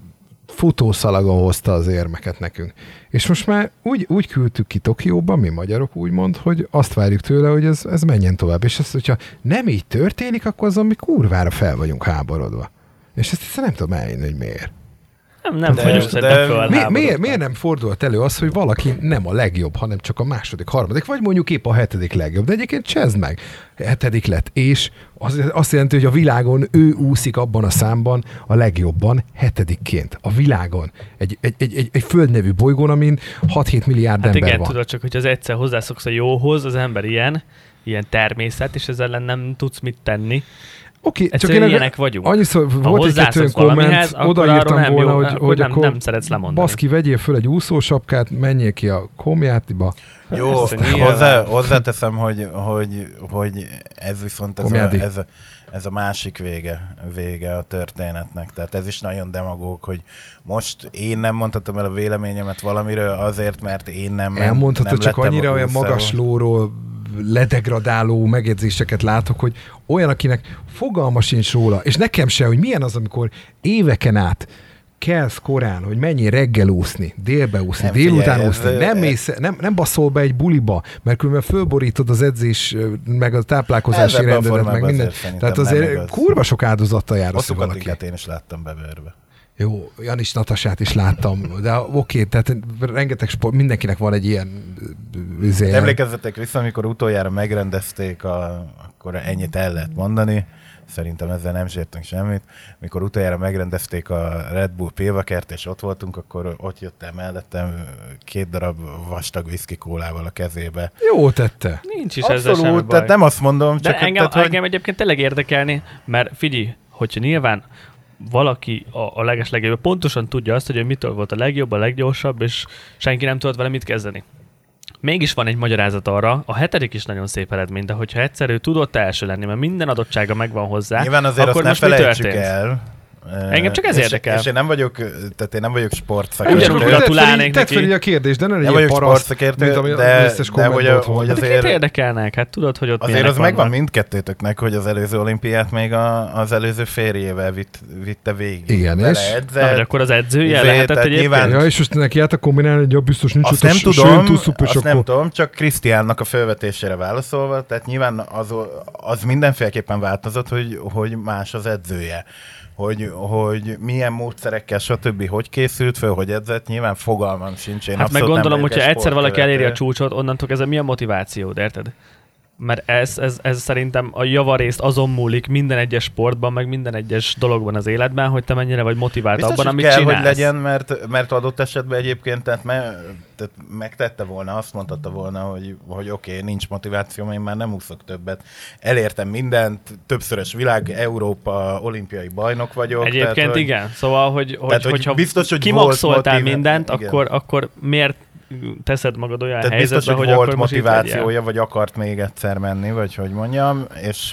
futószalagon hozta az érmeket nekünk. És most már úgy, úgy küldtük ki Tokióba, mi magyarok úgy mond, hogy azt várjuk tőle, hogy ez, ez menjen tovább. És azt, hogyha nem így történik, akkor azon mi kurvára fel vagyunk háborodva. És ezt, ezt nem tudom eljönni, hogy miért. Nem, nem de, vagyunk szerintem föl. Mi, miért, miért nem fordult elő az, hogy valaki nem a legjobb, hanem csak a második, harmadik, vagy mondjuk épp a hetedik legjobb, de egyébként csezd meg. Hetedik lett, és az, azt jelenti, hogy a világon ő úszik abban a számban a legjobban hetedikként. A világon. Egy, egy, egy, egy, egy földnevű bolygón, amin hat-hét milliárd hát ember igen, van. tudod, csak hogy az egyszer hozzászoksz a jóhoz, az ember ilyen, ilyen természet, és ezzel ellen nem tudsz mit tenni. Oké, okay, csak én én ilyenek vagyunk. Annyiszor ha volt egy-kettő olyan komment, odaírtam volna, hogy, akkor hogy nem, akkor nem szeretsz lemondani. baszki, vegyél föl egy úszósapkát, menjél ki a komjátiba. Jó, hozzá, hozzáteszem, hogy, hogy, hogy ez viszont ez a, ez, a, ez a másik vége, vége a történetnek. Tehát ez is nagyon demagóg, hogy most én nem mondhatom el a véleményemet valamiről azért, mert én nem Elmondhatod, nem csak annyira olyan magas lóról ledegradáló megjegyzéseket látok, hogy olyan, akinek fogalma sincs róla, és nekem se, hogy milyen az, amikor éveken át kelsz korán, hogy mennyi reggel úszni, délbe úszni, nem, délután figyelj, úszni, ez, nem, mész, nem, nem baszol be egy buliba, mert különben fölborítod az edzés, meg a táplálkozási rendedet, meg minden. Tehát azért kurva sok áldozattal jár az, valaki. Én is láttam bevörve. Jó, Janis Natasát is láttam, de oké, okay, tehát rengeteg sport, mindenkinek van egy ilyen üzél. Emlékezzetek vissza, amikor utoljára megrendezték, a, akkor ennyit el lehet mondani, szerintem ezzel nem sértünk semmit. Mikor utoljára megrendezték a Red Bull Pélvakert, és ott voltunk, akkor ott jött el mellettem két darab vastag whisky kólával a kezébe. Jó tette. Nincs is Abszolút, ezzel semmi baj. tehát nem azt mondom, de csak... engem, tehát, engem hogy... egyébként tényleg érdekelni, mert figyelj, hogyha nyilván valaki a, a legeslegjobb pontosan tudja azt, hogy mitől volt a legjobb, a leggyorsabb, és senki nem tudott vele mit kezdeni. Mégis van egy magyarázat arra, a hetedik is nagyon szép eredmény, de hogyha egyszer ő tudott első lenni, mert minden adottsága megvan hozzá, nyilván azért akkor azt most ne mi történt? el. Engem csak ez és, érdekel. És én nem vagyok, tehát én nem vagyok sportszakértő. Ugyanúgy gratulálnék neki. Tedd fel a kérdést, de nem egy ilyen paraszt, mint ami de, az összes de hogy, a, hogy azért... Hát érdekelnek, hát tudod, hogy ott azért az vannak. Megvan mindkettőtöknek, hogy az előző olimpiát még a, az előző férjével vitt, vitte végig. Igen, és? Na, hogy akkor az edzője lehetett egyébként? Nyilván... Ja, és most neki át a kombinálni, hogy ja, biztos nincs azt ott nem a tudom, túl szuper, azt akkor... nem tudom, csak Krisztiánnak a felvetésére válaszolva, tehát nyilván az, az mindenféleképpen változott, hogy, hogy más az edzője. Hogy, hogy milyen módszerekkel, stb. Hogy készült föl, hogy edzett, nyilván fogalmam sincs. Én hát meg gondolom, hogyha egyszer valaki eléri a csúcsot, onnantól ez a mi a motiváció, érted? Mert ez, ez, ez szerintem a javarészt azon múlik minden egyes sportban, meg minden egyes dologban az életben, hogy te mennyire vagy motivált biztos, abban, amit kell, csinálsz. Hogy legyen, mert, mert adott esetben egyébként tehát me, tehát megtette volna, azt mondhatta volna, hogy, hogy oké, okay, nincs motivációm, én már nem úszok többet. Elértem mindent, többszörös világ, Európa, olimpiai bajnok vagyok. Egyébként tehát, igen, hogy, szóval, hogy, hogy, tehát, hogyha hogy biztos, hogy kimaxoltál motiv... mindent, akkor, akkor miért teszed magad olyan tehát helyzetbe, biztos, hogy, hogy volt akkor motivációja, vagy akart még egyszer menni, vagy hogy mondjam, és,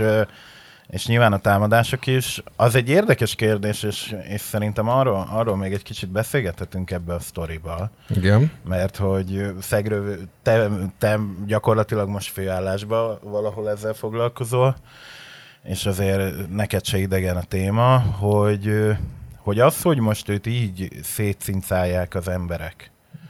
és nyilván a támadások is. Az egy érdekes kérdés, és, és szerintem arról, arról még egy kicsit beszélgethetünk ebbe a sztoriba. Igen. Mert hogy Szegrő, te, te gyakorlatilag most főállásban valahol ezzel foglalkozol, és azért neked se idegen a téma, hogy, hogy az, hogy most őt így szétszincálják az emberek,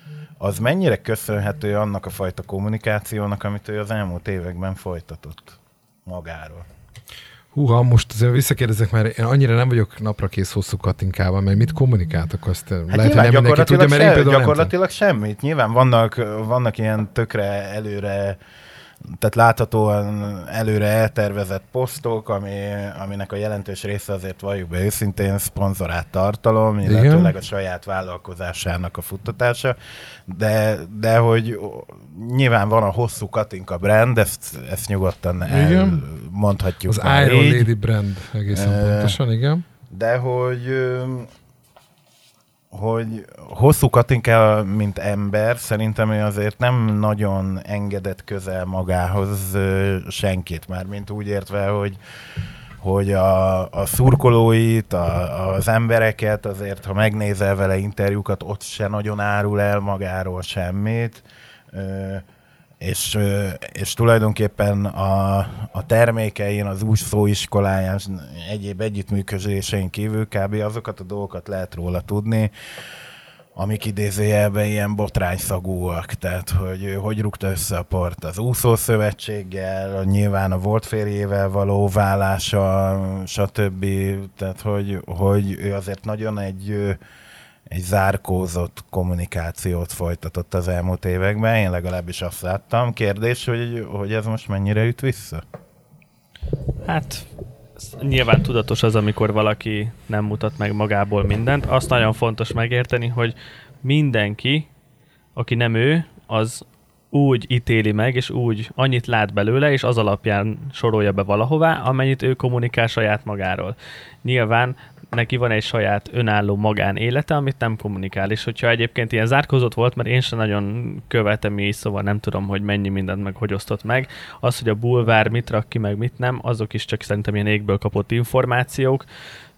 az mennyire köszönhető annak a fajta kommunikációnak, amit ő az elmúlt években folytatott magáról? Húha, most azért visszakérdezek, mert én annyira nem vagyok napra kész hosszú Katinkával, mert mit kommunikáltak azt? Hát lehet, hogy nem mindenki tudja, mert én például gyakorlatilag semmit. Nyilván vannak, vannak ilyen tökre előre, tehát láthatóan előre eltervezett posztok, ami, aminek a jelentős része azért valljuk be őszintén szponzorált tartalom, illetőleg a saját vállalkozásának a futtatása, de, de hogy nyilván van a hosszú Katinka brand, ezt, ezt nyugodtan elmondhatjuk. Az Iron így. Lady brand egészen e, pontosan, igen. De hogy... hogy hosszú Katinka, mint ember, szerintem ő azért nem nagyon engedett közel magához senkit, már mint úgy értve, hogy, hogy a, a szurkolóit, a, az embereket azért, ha megnézel vele interjúkat, ott se nagyon árul el magáról semmit, és, és tulajdonképpen a, a termékein, az úszóiskoláján, egyéb együttműködésein kívül kb. Azokat a dolgokat lehet róla tudni, amik idézőjelben ilyen botrányszagúak, tehát hogy hogy rúgta össze a port az úszószövetséggel, nyilván a volt férjével való válása, stb. Tehát hogy, hogy ő azért nagyon egy, egy zárkózott kommunikációt folytatott az elmúlt években, én legalábbis azt láttam. Kérdés, hogy, hogy ez most mennyire üt vissza? Hát nyilván tudatos az, amikor valaki nem mutat meg magából mindent. Azt nagyon fontos megérteni, hogy mindenki, aki nem ő, az úgy ítéli meg, és úgy annyit lát belőle, és az alapján sorolja be valahová, amennyit ő kommunikál saját magáról. Nyilván neki van egy saját önálló magánélete, amit nem kommunikál, és hogyha egyébként ilyen zárkózott volt, mert én sem nagyon követem így, szóval nem tudom, hogy mennyi mindent meg hogy osztott meg. Az, hogy a bulvár mit rak ki, meg mit nem, azok is csak szerintem ilyen égből kapott információk,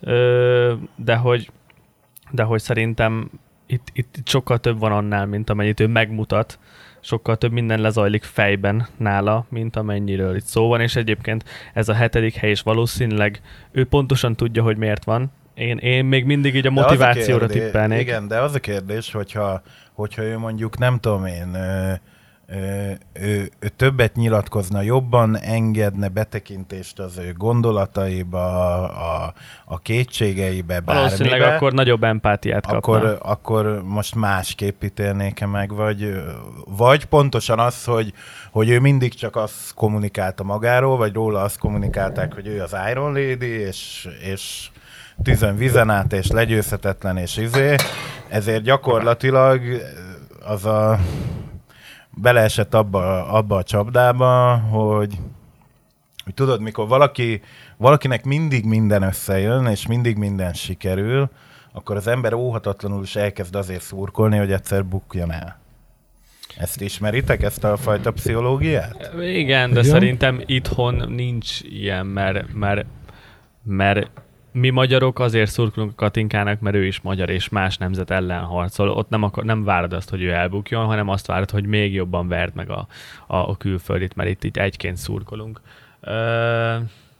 de hogy, de hogy szerintem itt, itt sokkal több van annál, mint amennyit ő megmutat, sokkal több minden lezajlik fejben nála, mint amennyiről itt szó van, és egyébként ez a hetedik hely is valószínűleg ő pontosan tudja, hogy miért van. Én, én még mindig így a motivációra a kérdés, tippelnék. Igen, de az a kérdés, hogyha, hogyha ő mondjuk, nem tudom én, ö, ö, ő, ő többet nyilatkozna, jobban engedne betekintést az ő gondolataiba, a, a kétségeibe, bármibe. Valószínűleg akkor nagyobb empátiát kapna. Akkor, akkor most másképp ítélnék-e meg, vagy, vagy pontosan az, hogy, hogy ő mindig csak azt kommunikálta magáról, vagy róla azt kommunikálták, hogy ő az Iron Lady, és, és tűzön vizen át, és legyőzhetetlen, és izé. Ezért gyakorlatilag az a beleesett abba, abba a csapdába, hogy, hogy tudod, mikor valaki, valakinek mindig minden összejön, és mindig minden sikerül, akkor az ember óhatatlanul is elkezd azért szurkolni, hogy egyszer bukjon el. Ezt ismeritek, ezt a fajta pszichológiát? Igen, de Igen? szerintem itthon nincs ilyen, mert, mert, mert mi magyarok azért szurkolunk a Katinkának, mert ő is magyar, és más nemzet ellen harcol. Ott nem, akar, nem várod azt, hogy ő elbukjon, hanem azt várod, hogy még jobban verd meg a, a, a külföldit, mert itt, itt egyként szurkolunk. Ö...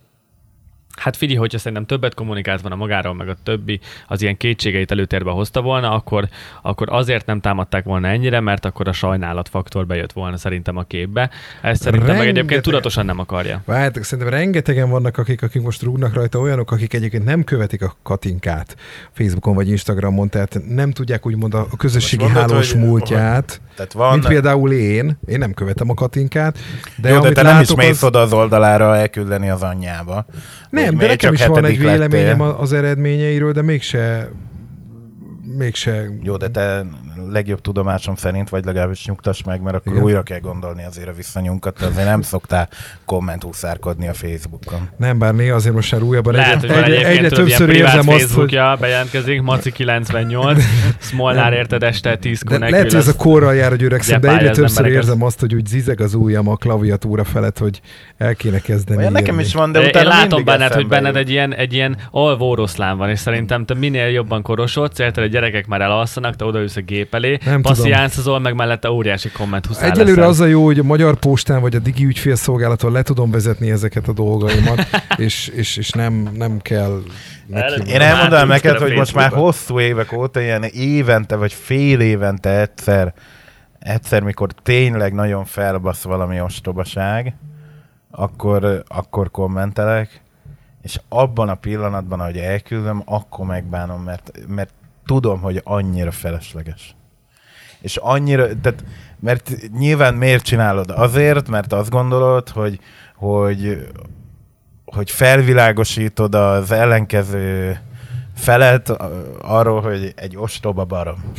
Hát figyelj, hogyha szerintem többet kommunikált volna magáról, meg a többi az ilyen kétségeit előtérbe hozta volna, akkor, akkor azért nem támadták volna ennyire, mert akkor a sajnálatfaktor bejött volna szerintem a képbe. Ezt szerintem Rengeteg... meg egyébként tudatosan nem akarja. Várjátok, szerintem rengetegen vannak, akik, akik most rúgnak rajta, olyanok, akik egyébként nem követik a Katinkát Facebookon vagy Instagramon, tehát nem tudják úgymond a közösségi mondod, hálós hogy, múltját, hogy, van, mint például én. Én nem követem a Katinkát. De, Jó, de te nem is mész az... oda az oldalára elküldeni az anyjába. Nem, de nekem is van egy véleményem lettél. Az eredményeiről, de mégse, mégse... Jó, de te legjobb tudomásom szerint, vagy legalábbis nyugtass meg, mert akkor Igen. újra kell gondolni azért a viszonyunkat, azért nem szoktál kommentúszárkodni a Facebookon. Nem, bár néha azért most már újabban Lehet, egy, egy, egyre többször érzem azt, hogy... bejelentkezik, Maci kilencvennyolc, Smolnár érted este tízkor nekül. Lehet, hogy ez a korral jár, hogy öregszem, de egyre többször érzem azt, hogy úgy zizeg az ujjam a klaviatúra felett, hogy el kéne kezdeni írni. Nekem is van, de utána Én látom benned, hogy benned egy ilyen, egy ilyen alvó oroszlán van, és szerintem te minél jobban korosodsz, érted, a gyerekek már elalszanak, te odaülsz a gép elé, passziánszozol, meg mellette óriási komment huszál. Egyelőre az a jó, hogy a Magyar Postán vagy a Digi ügyfélszolgálaton le tudom vezetni ezeket a dolgaimat, és, és, és nem, nem kell neki. Én elmondanám neked, hogy most már hosszú évek óta ilyen évente vagy fél évente egyszer, egyszer, mikor tényleg nagyon felbasz valami ostobaság, akkor, akkor kommentelek, és abban a pillanatban, ahogy elküldöm, akkor megbánom, mert, mert tudom, hogy annyira felesleges. És annyira, tehát, mert nyilván miért csinálod? Azért, mert azt gondolod, hogy, hogy, hogy felvilágosítod az ellenkező felet arról, hogy egy ostoba barom.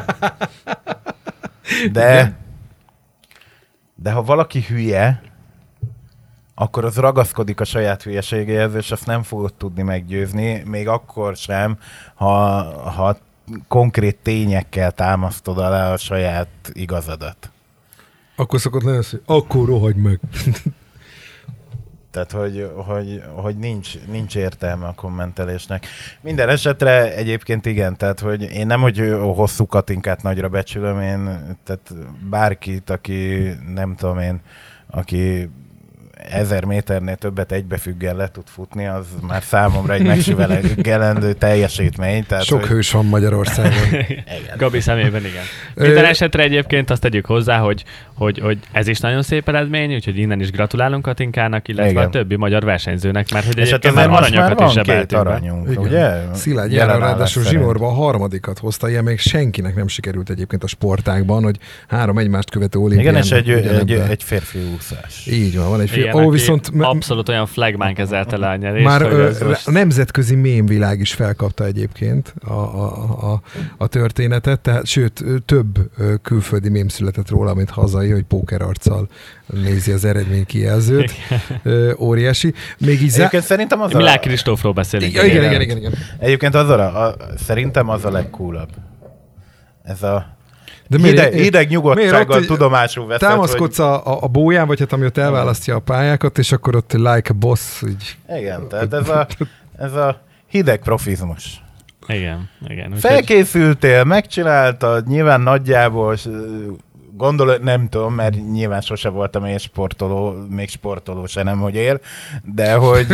De, de ha valaki hülye, akkor az ragaszkodik a saját hülyeségéhez, és azt nem fogod tudni meggyőzni, még akkor sem, ha, ha konkrét tényekkel támasztod alá a saját igazadat. Akkor szokott lenni az, hogy akkor rohagy meg. Tehát, hogy, hogy, hogy nincs, nincs értelme a kommentelésnek. Minden esetre egyébként igen, tehát, hogy én nem, hogy hosszú Katinkát nagyra becsülöm, én, tehát bárkit, aki nem tudom én, aki ezer méternél többet egybefüggően le tud futni, az már számomra egy megsüvegelendő teljesítmény. Tehát, sok hogy... hős van Magyarországon. Gabi szemében igen. Minden esetre egyébként azt tegyük hozzá, hogy, hogy, hogy ez is nagyon szép eredmény, úgyhogy innen is gratulálunk Katinkának, illetve igen. a többi magyar versenyzőnek, mert hogy egyébként már aranyakat is zsebeltünk. Aranyunk, ugye? Szilágy Jára ráadásul zsinórban a harmadikat hozta, ilyen még senkinek nem sikerült egyébként a sportágban, hogy három egymást követő olimpián. Igen, és egy, egy, egy férfi úszás. Így van, van egy férfi. Igen, oh, viszont abszolút olyan flagmán kezelte le a nyerést. Már ö, most... a nemzetközi mémvilág is felkapta egyébként a, a, a, a történetet, tehát sőt, több külföldi mém született róla, mint hazai, hogy pókerarccal nézi az eredménykijelzőt. Ö, óriási. Még így Egyébként zá... szerintem az a... Milák Kristófról beszélünk. Igen, igen, igen, igen, igen. Egyébként az a, a, szerintem az a legcoolabb. Ez a De hideg, hideg nyugodtsággal tudomásul veszed, támaszkodsz hogy... a, a bóján, vagy hát ami ott elválasztja a pályákat, és akkor ott like a boss. Így. Igen, tehát ez a, ez a hideg profizmus. Igen, igen. Úgy felkészültél, megcsináltad, nyilván nagyjából, gondolom, nem tudom, mert nyilván sose voltam én sportoló, még sportoló se nem, hogy él, de hogy,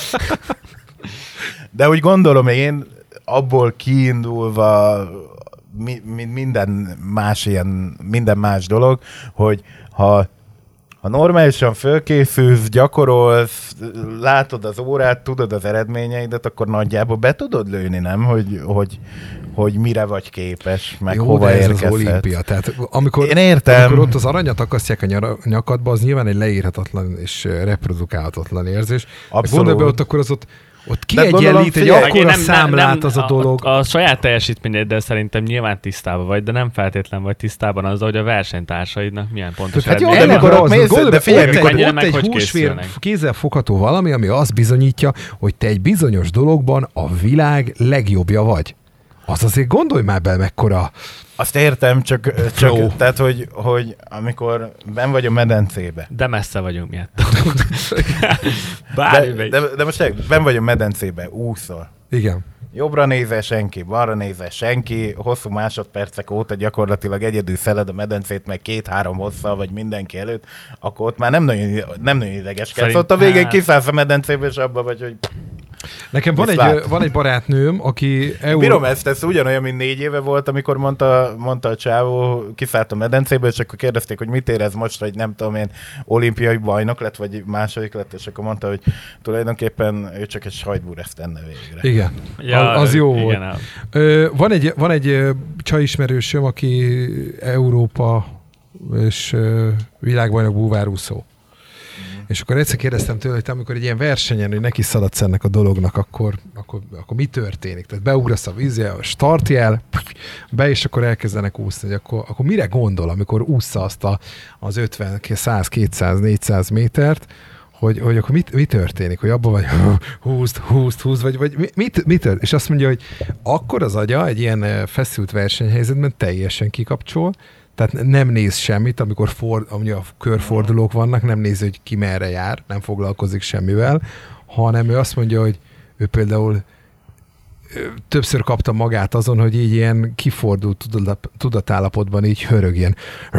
de hogy gondolom én, abból kiindulva, mi, mi, minden más ilyen, minden más dolog, hogy ha ha normálisan fölkészülsz, gyakorolsz, látod az órát, tudod az eredményeidet, akkor nagyjából be tudod lőni, nem? Hogy, hogy, hogy mire vagy képes, meg jó, hova érkezhet. Ez az olimpia. Tehát amikor, én értem. amikor ott az aranyat akasztják a nyara, nyakadba, az nyilván egy leírhatatlan és reprodukálhatatlan érzés. Gondolj be, ott akkor az ott Ott kiegyenlít egy akkora számlát az a dolog. A, a, a saját teljesítményeddel szerintem nyilván tisztában vagy, de nem feltétlen vagy tisztában azzal, hogy a versenytársaidnak milyen pontos hát eredmények. Hát jó, de amikor mész, de figyelj, ott, mikor ott, ott egy húsvér kézzel fogható valami, ami azt bizonyítja, hogy te egy bizonyos dologban a világ legjobbja vagy. Az azért gondolj már be, mekkora... Azt értem, csak, csak tehát, hogy, hogy amikor benn vagy a medencébe. De messze vagyunk miatt. de, de, de most benn vagy a medencébe, úszol. Igen. Jobbra nézel senki, balra nézel senki, hosszú másodpercek óta gyakorlatilag egyedül szeled a medencét, meg két-három hosszal, vagy mindenki előtt, akkor ott már nem nagyon, nem nagyon idegeskedsz. Ott a végén kiszállsz a medencébe, és abban vagy, hogy... Nekem van egy, van egy barátnőm, aki... Euró... Bírom ezt, ez ugyanolyan, mint négy éve volt, amikor mondta, mondta a csávó, kiszállt a medencébe, és akkor kérdezték, hogy mit érez most, hogy nem tudom én, olimpiai bajnok lett, vagy második lett, és akkor mondta, hogy tulajdonképpen ő csak egy sajtbúreszt tenne végre. Igen, ja, az jó igen, volt. Ö, van egy, van egy csajismerősöm, aki Európa és világbajnok búvárúszó. És akkor egyszer kérdeztem tőle, hogy te amikor egy ilyen versenyen, hogy neki szaladsz ennek a dolognak, akkor, akkor, akkor mi történik? Tehát beugrasz a vízre, a startjel, be, és akkor elkezdenek úszni. Hogy akkor, akkor mire gondol, amikor ússza azt a, az ötven, száz, kétszáz, négyszáz métert, hogy, hogy akkor mit, mi történik? Hogy abban vagy húzd, húzd, húzd, vagy, vagy mit, mit, mit történik? És azt mondja, hogy akkor az agya egy ilyen feszült versenyhelyzetben teljesen kikapcsol, tehát nem néz semmit, amikor for, a körfordulók vannak, nem nézi, hogy ki merre jár, nem foglalkozik semmivel, hanem ő azt mondja, hogy ő például többször kapta magát azon, hogy így ilyen kifordult tudatállapotban így hörög ilyen.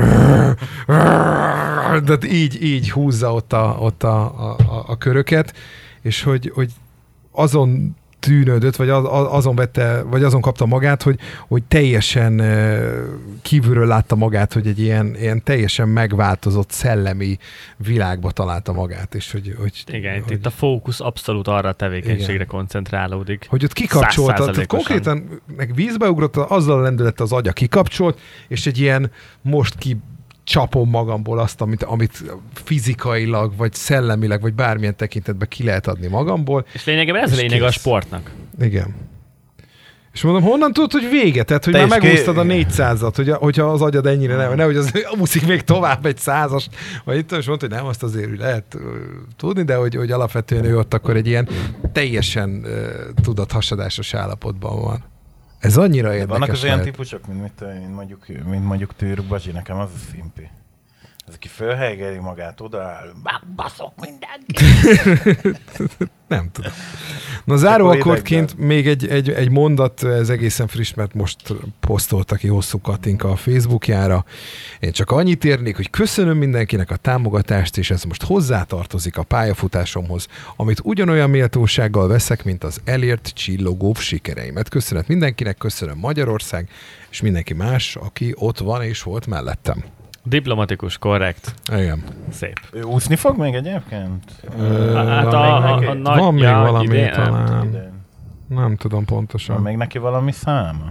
De így, így húzza ott a, ott a, a, a köröket, és hogy, hogy azon tűnődött, vagy az, azon vette, vagy azon kapta magát, hogy, hogy teljesen kívülről látta magát, hogy egy ilyen, ilyen teljesen megváltozott szellemi világba találta magát. És hogy, hogy, igen, hogy, itt a fókusz abszolút arra a tevékenységre igen. koncentrálódik. Hogy ott kikapcsolt, tehát konkrétan vízbe ugrott, azzal a lendület az agya kikapcsolt, és egy ilyen most ki csapom magamból azt, amit, amit fizikailag, vagy szellemileg, vagy bármilyen tekintetben ki lehet adni magamból. És lényegében ez a lényeg a sportnak. Igen. És mondom, honnan tudod, hogy vége? Tehát, hogy te már megúsztad a négyszázat, hogy, hogyha az agyad ennyire nem, nehogy az úszik még tovább egy százas, vagy itt is mondta, hogy nem, azt azért lehet uh, tudni, de hogy, hogy alapvetően ő ott akkor egy ilyen teljesen uh, tudathasadásos állapotban van. Ez annyira érdekes. Vannak az olyan típusok, mint, mint, mint mondjuk, mint mondjuk Tűr Bazsi, nekem az a szimpi. Ez aki fölhegeli magát, odaáll, megbaszok mindenki. Nem tudom. Na záró akkordként még egy, egy, egy mondat, ez egészen friss, mert most posztolta ki hosszú Katinka a Facebookjára. Én csak annyit érnék, hogy köszönöm mindenkinek a támogatást, és ez most hozzátartozik a pályafutásomhoz, amit ugyanolyan méltósággal veszek, mint az elért csillogóbb sikereimet. Köszönet mindenkinek, köszönöm Magyarország, és mindenki más, aki ott van és volt mellettem. Diplomatikus, korrekt. Igen. Szép. Ő úszni fog még egyébként? Ö, hát a, a, a, a nagy, van még ja, valami idén, talán. Idén. Nem tudom pontosan. Van még neki valami száma?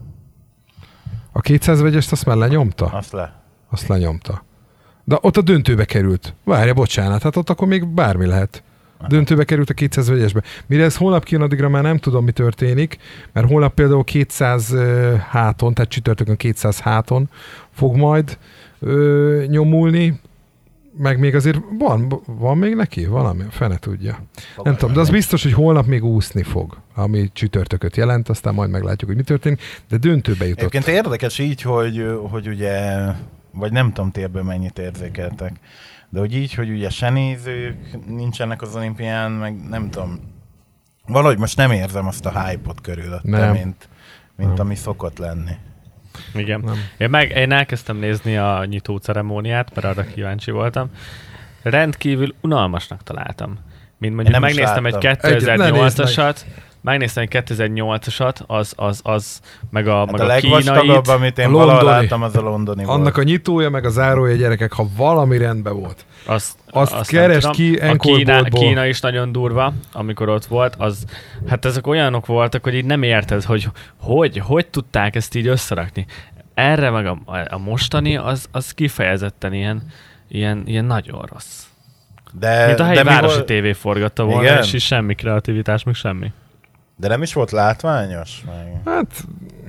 A kétszáz vegyest azt már lenyomta? Azt le. Azt lenyomta. De ott a döntőbe került. Várja, bocsánat, hát ott akkor még bármi lehet. Döntőbe került a kétszáz vegyesbe. Mire ez holnap kijön, addigra már nem tudom, mi történik, mert holnap például kétszáz háton, tehát csütörtökön kétszáz háton fog majd ö, nyomulni, meg még azért van, van még neki valami, fene tudja. Fogalma nem tudom, de az biztos, hogy holnap még úszni fog, ami csütörtököt jelent, aztán majd meglátjuk, hogy mi történik, de döntőbe jutott. Egyébként érdekes így, hogy, hogy ugye, vagy nem tudom, ti ebből mennyit érzékeltek, de hogy így, hogy ugye se nézők nincsenek az olimpián, meg nem tudom, valahogy most nem érzem azt a hype-ot körülötte, mint, mint nem. ami szokott lenni. Igen. Én, meg, én elkezdtem nézni a nyitó ceremóniát, mert arra kíváncsi voltam. Rendkívül unalmasnak találtam. Mint mondjuk megnéztem egy kétezer-nyolcasat, megnéztem egy kétezer-nyolcasat, az, az, az, meg a, hát meg a, a legvastagabb, amit én valahol láttam, az a londoni Annak volt. a nyitója, meg a zárója, gyerekek, ha valami rendben volt. Azt, azt, azt keresd ki a Kína, boltból. Kína is nagyon durva, amikor ott volt. Az, hát ezek olyanok voltak, hogy így nem érted, hogy hogy, hogy tudták ezt így összerakni. Erre meg a, a mostani, az, az kifejezetten ilyen, ilyen, ilyen nagyon rossz. De, mint a helyi de városi volt... tévé forgatta volna, igen? És is semmi kreativitás, meg semmi. De nem is volt látványos? Meg... Hát...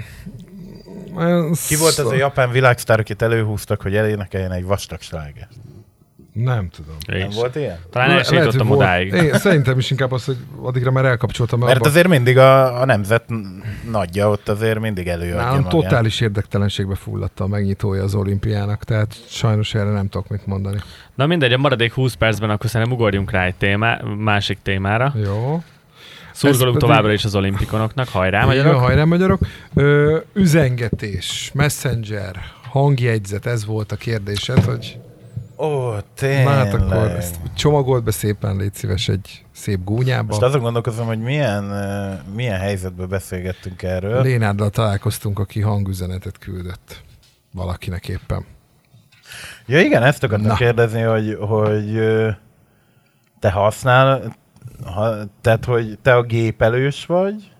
Ki volt az a japán világsztár, akit előhúztak, hogy elénekeljen egy vastag slágert? Nem tudom. Nem És volt ilyen? Talán el sem jutottam odáig. Én szerintem is inkább az, hogy addigra már elkapcsoltam. Mert abba. azért mindig a, a nemzet nagyja ott azért mindig előadja Nálam magát. totális érdektelenségbe fulladta a megnyitója az olimpiának, tehát sajnos erre nem tudok mit mondani. Na mindegy, a maradék húsz percben akkor szerintem ugorjunk rá egy témá, másik témára. Jó. Szurkolunk továbbra is az olimpikonoknak. Hajrá, magyarok! Igen, hajrá, magyarok! Ö, üzengetés, messenger, hangjegyzet, ez volt a kérdésed, hogy... Ó, tényleg. Na hát akkor ezt csomagold be szépen, légy szíves egy szép gúnyába. Most azon gondolkozom, hogy milyen, uh, milyen helyzetben beszélgettünk erről. Lénárdal találkoztunk, aki hangüzenetet küldött valakinek éppen. Ja igen, ezt akartam Na. kérdezni, hogy, hogy te használ, ha, tehát hogy te a gépelős vagy,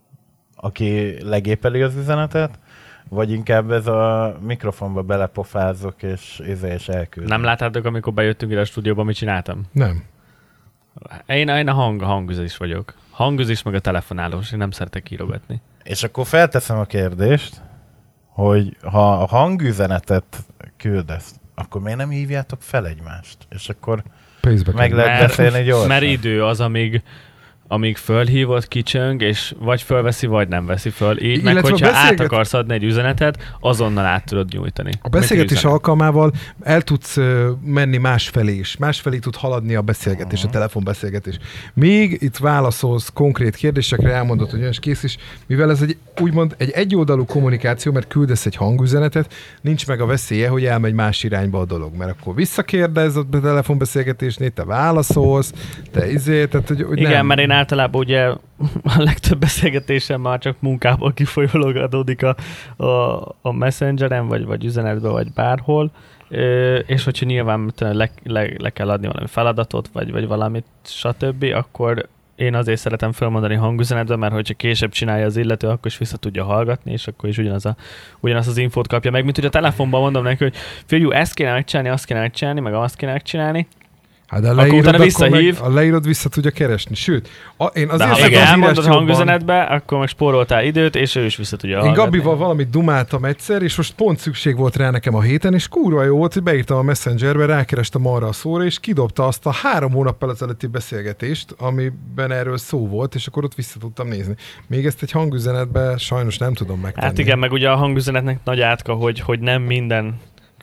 aki legépeli az üzenetet, vagy inkább ez a mikrofonba belepofázok, és, és elküldöm. Nem láttátok, amikor bejöttünk ide a stúdióba, mit csináltam? Nem. Én, én a hang, hangüzés vagyok. Hangüzés meg a telefonálós, én nem szeretek írogatni. És akkor felteszem a kérdést, hogy ha a hangüzenetet küldesz, akkor miért nem hívjátok fel egymást? És akkor Pénzbe meg lehet mert, beszélni gyorsan. Mert idő az, amíg amíg fölhívod, kicsöng, és vagy fölveszi, vagy nem veszi föl. Így meg, hogyha beszélget... át akarsz adni egy üzenetet, azonnal át tudod nyújtani. A beszélgetés alkalmával el tudsz uh, menni másfelé is. Másfelé tud haladni a beszélgetés, uh-huh. a telefonbeszélgetés. Még itt válaszolsz konkrét kérdésekre, elmondod, hogy olyan kész is, mivel ez egy úgymond egy egyoldalú kommunikáció, mert küldesz egy hangüzenetet, nincs meg a veszélye, hogy elmegy más irányba a dolog. Mert akkor visszakérdez a telefonbeszélgetésnél, te válaszolsz, te izé, tehát hogy, hogy igen, nem. Mert én általában ugye a legtöbb beszélgetésem már csak munkából kifolyólag adódik a, a, a Messengeren, vagy, vagy üzenetben, vagy bárhol, Ö, és hogyha nyilván le, le, le kell adni valami feladatot, vagy, vagy valamit, stb., akkor én azért szeretem felmondani hangüzenetben, mert hogyha később csinálja az illető, akkor is vissza tudja hallgatni, és akkor is ugyanaz, a, ugyanaz az infót kapja meg, mint hogy a telefonban mondom neki, hogy figyelj, ezt kéne megcsinálni, azt kéne megcsinálni, meg azt kéne megcsinálni. Hát de a leírod, akkor visszahív. Meg, a leírod vissza tudja keresni. Sőt, a, én azért... De ha meg elmondod hangüzenetbe, akkor meg spóroltál időt, és ő is vissza tudja hallgatni. Én Gabival valamit dumáltam egyszer, és most pont szükség volt rá nekem a héten, és kurva jó volt, hogy beírtam a Messengerbe, rákerestem arra a szóra, és kidobta azt a három hónappal ezelőtti beszélgetést, amiben erről szó volt, és akkor ott vissza tudtam nézni. Még ezt egy hangüzenetbe sajnos nem tudom megtenni. Hát igen, meg ugye a hangüzenetnek nagy átka, hogy, hogy nem minden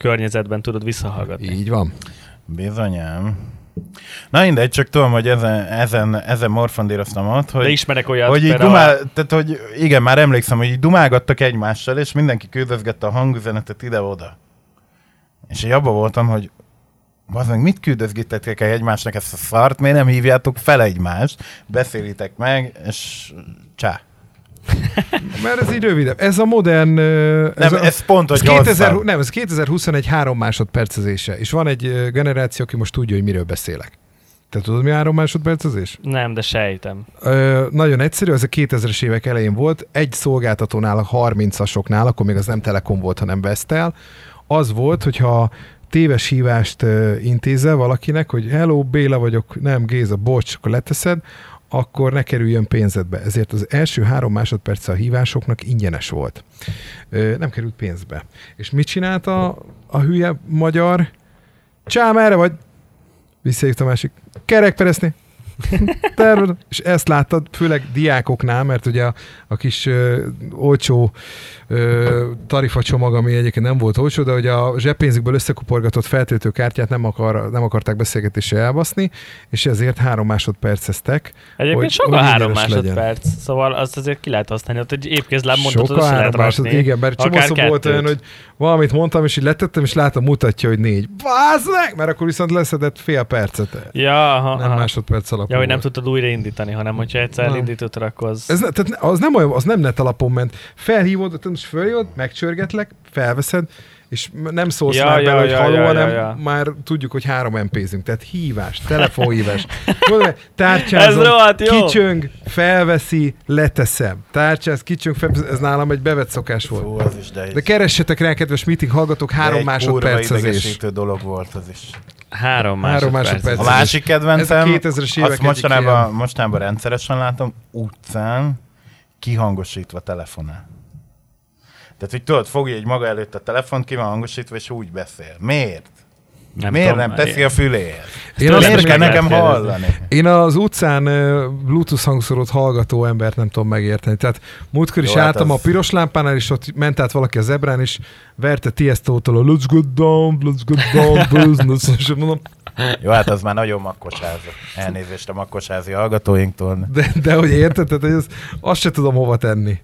környezetben tudod visszahallgatni. Így van. Bizonyám. Na mindegy, csak tudom, hogy ezen, ezen, ezen morfondíroztam ott, hogy... De ismerek olyat, hogy így például... dumál, tehát, hogy igen, már emlékszem, hogy így dumálgattak egymással, és mindenki küldözgette a hangüzenetet ide-oda. És így abban voltam, hogy bazdmeg, mit küldözgittetek el egymásnak ezt a szart, miért nem hívjátok fel egymást, beszélitek meg, és csá. Mert ez így rövidebb. Ez a modern... Ez nem, a, ez pont, hogy ez kétezer, nem, ez kétezer-huszonegy három másodpercezése. És van egy generáció, aki most tudja, hogy miről beszélek. Te tudod, mi a három másodpercezés? Nem, de sejtem. Ö, nagyon egyszerű, ez a kétezres évek elején volt. Egy szolgáltatónál, a harmincasoknál, akkor még az nem Telekom volt, hanem Vestel, az volt, hogyha téves hívást uh, intézel valakinek, hogy hello, Béla vagyok, nem, Géza, bocs, akkor leteszed, akkor ne kerüljön pénzedbe. Ezért az első három másodperce a hívásoknak ingyenes volt. Uh, nem került pénzbe. És mit csinált a, a hülye magyar? Csá, merre vagy? Visszahívt a másik. Kerekpereszni. Terved. És ezt láttad, főleg diákoknál, mert ugye a, a kis ö, olcsó ö, tarifacsomag, ami egyébként nem volt olcsó, de ugye a zseppénzükből összekuporgatott feltöltőkártyát nem, akar, nem akarták beszélgetésre elbaszni, és ezért három másodperceztek. Egyébként sok a három másodperc, legyen. Szóval azt azért ki lehet használni, ott egy épkézláb mondatot össze lehet rakni. Igen, mert csomószor volt olyan, hogy valamit mondtam, és így letettem, és látom, mutatja, hogy négy. Bázd meg! Mert akkor viszont leszedett fél percet. Ja, aha, nem aha. másodperc alapú. Ja, hogy nem tudtad újraindítani, hanem hogyha egyszer elindítottad, akkor az... Ez, tehát az nem olyan, az nem net alapon ment. Felhívod, most fölhívod, megcsörgetlek, felveszed, és nem szólsz ja, már ja, bele, hogy ja, halló, ja, hanem ja, ja. már tudjuk, hogy három em pézünk. Tehát hívás, telefonhívás. Tárcsázom, kicsöng, felveszi, leteszem. Tárcsáz, kicsöng, felveszi. Ez nálam egy bevett szokás volt. Fú, az is, de, de keressetek rá, kedves meeting hallgatók, három másodpercezés. Egy dolog volt az is. Három másodperc. A másik kedvencem, azt mostanában, mostanában rendszeresen látom, utcán kihangosítva telefonál. Tehát, hogy tudod, fogja egy maga előtt a telefont, ki van hangosítva, és úgy beszél. Miért? Nem Miért tudom, nem teszi én... a füléhez? Én azt miért kell nekem hallani? Én az utcán Bluetooth hangszórót hallgató embert nem tudom megérteni. Tehát múltkor is Jó, álltam hát az... a piros lámpánál, és ott ment át valaki a zebrán, és verte Tiestótól a let's go down, let's go down, business, és mondom... Jó, hát az már nagyon makkosáza. Elnézést a makkosázi hallgatóinktól. De, de hogy érted, tehát, hogy az, azt se tudom hova tenni.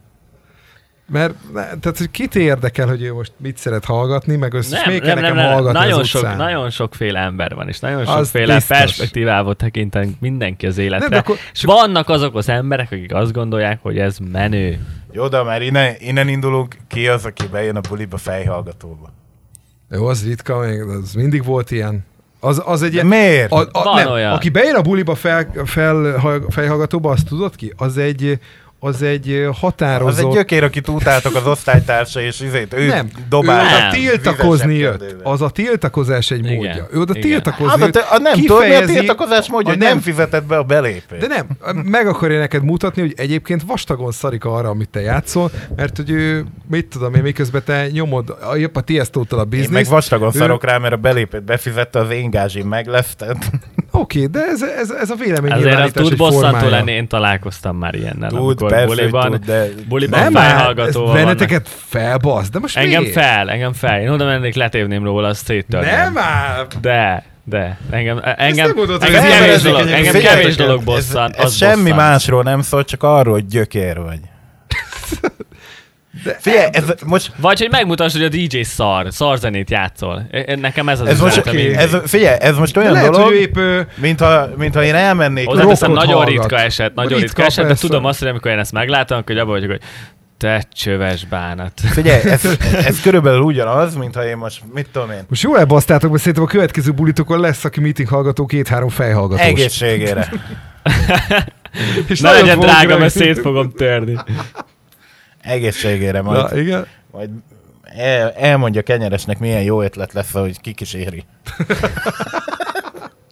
Mert tehát, hogy kit érdekel, hogy ő most mit szeret hallgatni, meg összes még kell nekem nem, hallgatni nagyon az sok, utcán. Nagyon sokféle ember van, és nagyon sokféle perspektívával tekintenek mindenki az életre. Nem, akkor, és csak... vannak azok az emberek, akik azt gondolják, hogy ez menő. Jó, de már innen, innen indulunk, ki az, aki bejön a buliba fejhallgatóba. Jó, az ritka, az mindig volt ilyen. Az, az egy ilyen, miért? A, a, van nem, olyan. Aki bejön a buliba fel, fel, fejhallgatóba, azt tudod ki? Az egy... az egy határozott... Az egy gyökér, akit utáltok az osztálytársa, és izét, ő nem, dobál. Ő a tiltakozni jött. Az a tiltakozás egy igen, módja. Ő oda tiltakozni jött. A, a nem tudom, mi a tiltakozás módja, hogy nem, nem fizetett be a belépést. De nem, meg akarja neked mutatni, hogy egyébként vastagon szarik arra, amit te játszol, mert hogy ő, mit tudom én, miközben te nyomod jobb a Tiestótól a bizniszt. Én meg vastagon ő... szarok rá, mert a belépést befizette, az én gázsim meglesztett. Oké, okay, de ez, ez, ez a vélemény azért az tud bosszantó lenni, én találkoztam már ilyennel. Tud, persze, buliban, tud, de... buliban fejhallgatóval vannak. Benneteket felbasz, de most engem miért? fel, engem fel. Én oda mennék, letépném róla, azt széttörném. Nem már! De, de. Engem, engem, mondod, engem kevés dolog, engem kevés dolog bosszant. Ez, ez semmi másról nem szól, csak arról, hogy gyökér vagy. De figyelj, ez most... Vagy hogy megmutasd, hogy a dé dzsé szar, szar zenét játszol. Nekem ez az ez most, okay. ez, figyelj, ez most olyan lehet, dolog, épp, mintha, mintha én elmennék. Hozzáteszem, nagyon hallgat. ritka eset, nagyon ritka, ritka eset, de tudom azt, hogy amikor én ezt meglátom, hogy abban vagyok, hogy te csöves bánat. Figyelj, ez, ez körülbelül ugyanaz, mintha én most, mit tudom én. Most jól elbasztátok, mert szerintem a következő bulitokon lesz, aki meeting hallgató, két-három fejhallgatós. Egészségére. És ne legyen drága, mert szét fogom törni. Egészségére majd, Na, igen. majd el, elmondja Kenyeresnek, milyen jó ötlet lesz, hogy kikíséri.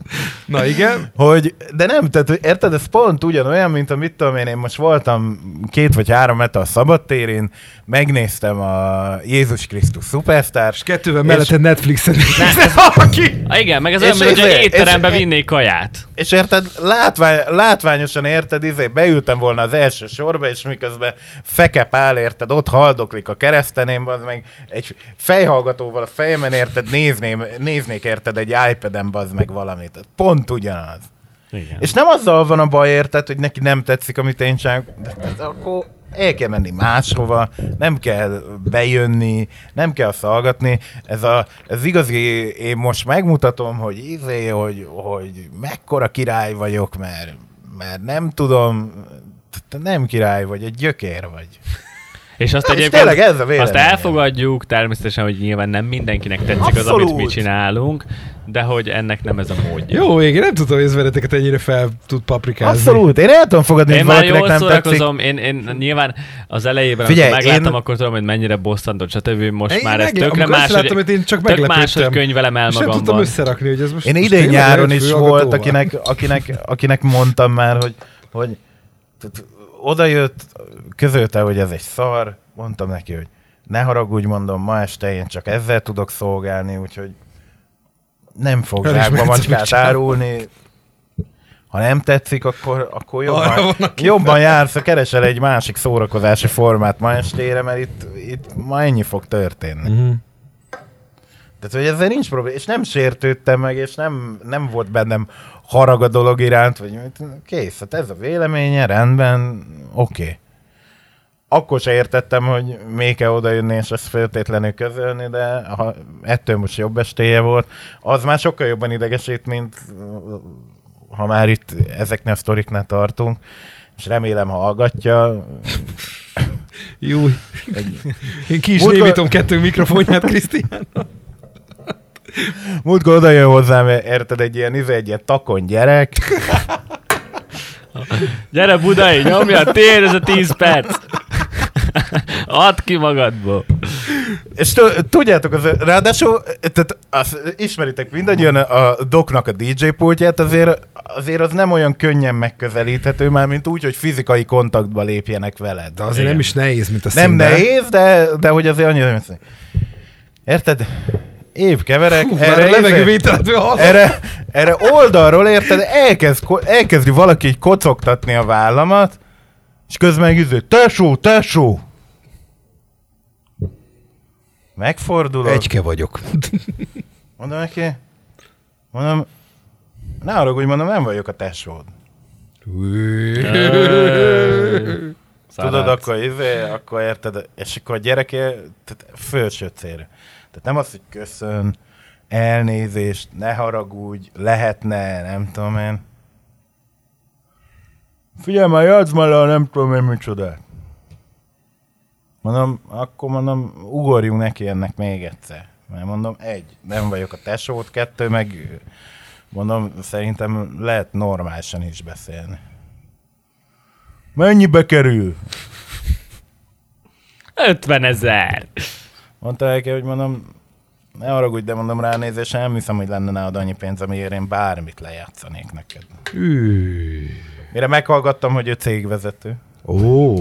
Na igen. Hogy, de nem, tehát érted, ez pont ugyanolyan, mint a mit tudom én, én most voltam két vagy három hete a szabadtérén, megnéztem a Jézus Krisztus Superstar. És kettővel melletted Netflixen néztem ki. Ah, igen, meg ez olyan, mint hogy étterembe vinnék kaját. És érted, látvány, látványosan érted, izé, beültem volna az első sorba, és miközben Feke Pál, érted, ott haldoklik a kereszteném, az meg egy fejhallgatóval a fejemen, érted, nézném, néznék, érted, egy iPad-en, bazd meg valamit. Pont ugyanaz. Igen. És nem azzal van a baj, érted, hogy neki nem tetszik, amit én csinálok, de akkor el kell menni máshova, nem kell bejönni, nem kell hallgatni. Ez, a, ez igazi, én most megmutatom, hogy izé, hogy, hogy mekkora király vagyok, mert, mert nem tudom, nem király vagy, egy gyökér vagy. És azt és egyébként ez a azt elfogadjuk, természetesen, hogy nyilván nem mindenkinek tetszik Abszolút. az, amit mi csinálunk, de hogy ennek nem ez a módja. Jó, én nem tudom, hogy ez veleteket ennyire fel tud paprikázni. Abszolút, én el tudom fogadni, én hogy már valakinek jól nem szórakozom, tetszik. én, én nyilván az elejében, Figyelj, amikor megláttam, én... akkor tudom, hogy mennyire bosszantott, stb. Most én már ez meglá... tökre más, láttam, hogy, hogy én csak tök más, hogy könyvelem el és nem tudtam magamban. összerakni, hogy ez most... Én most idén tényleg nyáron lehet is főhallgatóval? volt, akinek, akinek, akinek mondtam már, hogy, hogy oda jött, közölte, hogy ez egy szar, mondtam neki, hogy ne haragudj, mondom, ma este én csak ezzel tudok szolgálni, úgyhogy nem fog zsákba macskát árulni. Ha nem tetszik, akkor, akkor jobban, jobban jársz, keresel egy másik szórakozási formát ma estére, mert itt, itt ma ennyi fog történni. Uh-huh. Tehát, hogy ezzel nincs probléma, és nem sértődtem meg, és nem, nem volt bennem harag a dolog iránt, vagy kész, hát ez a véleménye, rendben, oké. Okay. Akkor se értettem, hogy még kell odajönni, és ezt feltétlenül közölni, de ha ettől most jobb estéje volt, az már sokkal jobban idegesít, mint ha már itt ezeknél a sztoriknál tartunk, és remélem, ha hallgatja. Jó. Egy... Én ki is Múltkor... némítom kettő mikrofonját Krisztiánnak. Múltkor oda jön hozzám, érted, egy ilyen, egy ilyen takony gyerek. Gyere Budai, nyomja, tér ez a tíz perc. Add ki magadból. És tudjátok, az, ráadásul tehát azt ismeritek mindannyian a doknak a dé dzsé pultját, azért, azért az nem olyan könnyen megközelíthető már, mint úgy, hogy fizikai kontaktba lépjenek veled. De azért igen. Nem is nehéz, mint a Nem színben. nehéz, de, de hogy azért annyira... Érted? Év keverek, Hú, erre, erre, erre, erre oldalról, érted, elkezd, elkezdi valaki így kocogtatni a vállamat, és közben megüzdő, tesó, tesó! Megfordulok. Egyke vagyok. Mondom neki, mondom, ne arra, hogy mondom, nem vagyok a tesód. Tudod, akkor izé, akkor érted, és akkor a gyereke, tehát felső célra. Tehát nem az, hogy köszön, elnézést, ne haragudj, lehetne, nem tudom én. Figyelj már, játsz már le, nem tudom én micsodát. Mondom, akkor mondom, ugorjunk neki ennek még egyszer. Mert mondom, egy, nem vagyok a tesót, kettő, meg mondom, szerintem lehet normálisan is beszélni. Mennyibe kerül? ötvenezer. Mondta neki, hogy mondom, ne haragudj, de mondom ránézésen, nem hiszem, hogy lenne nálad annyi pénz, amiért én bármit lejátszanék neked. Ű. Mire meghallgattam, hogy ő cégvezető. Ó.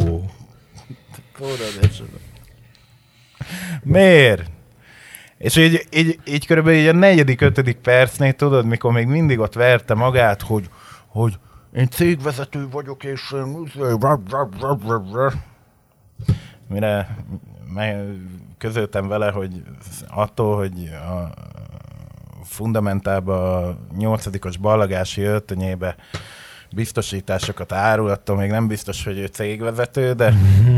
Miért? És így, így, így körülbelül így a negyedik, ötödik percnél, tudod, mikor még mindig ott verte magát, hogy, hogy én cégvezető vagyok, és mire közöltem vele, hogy attól, hogy a fundamentálban a nyolcadikos ballagási öltönyébe biztosításokat árul, attól még nem biztos, hogy ő cégvezető, de,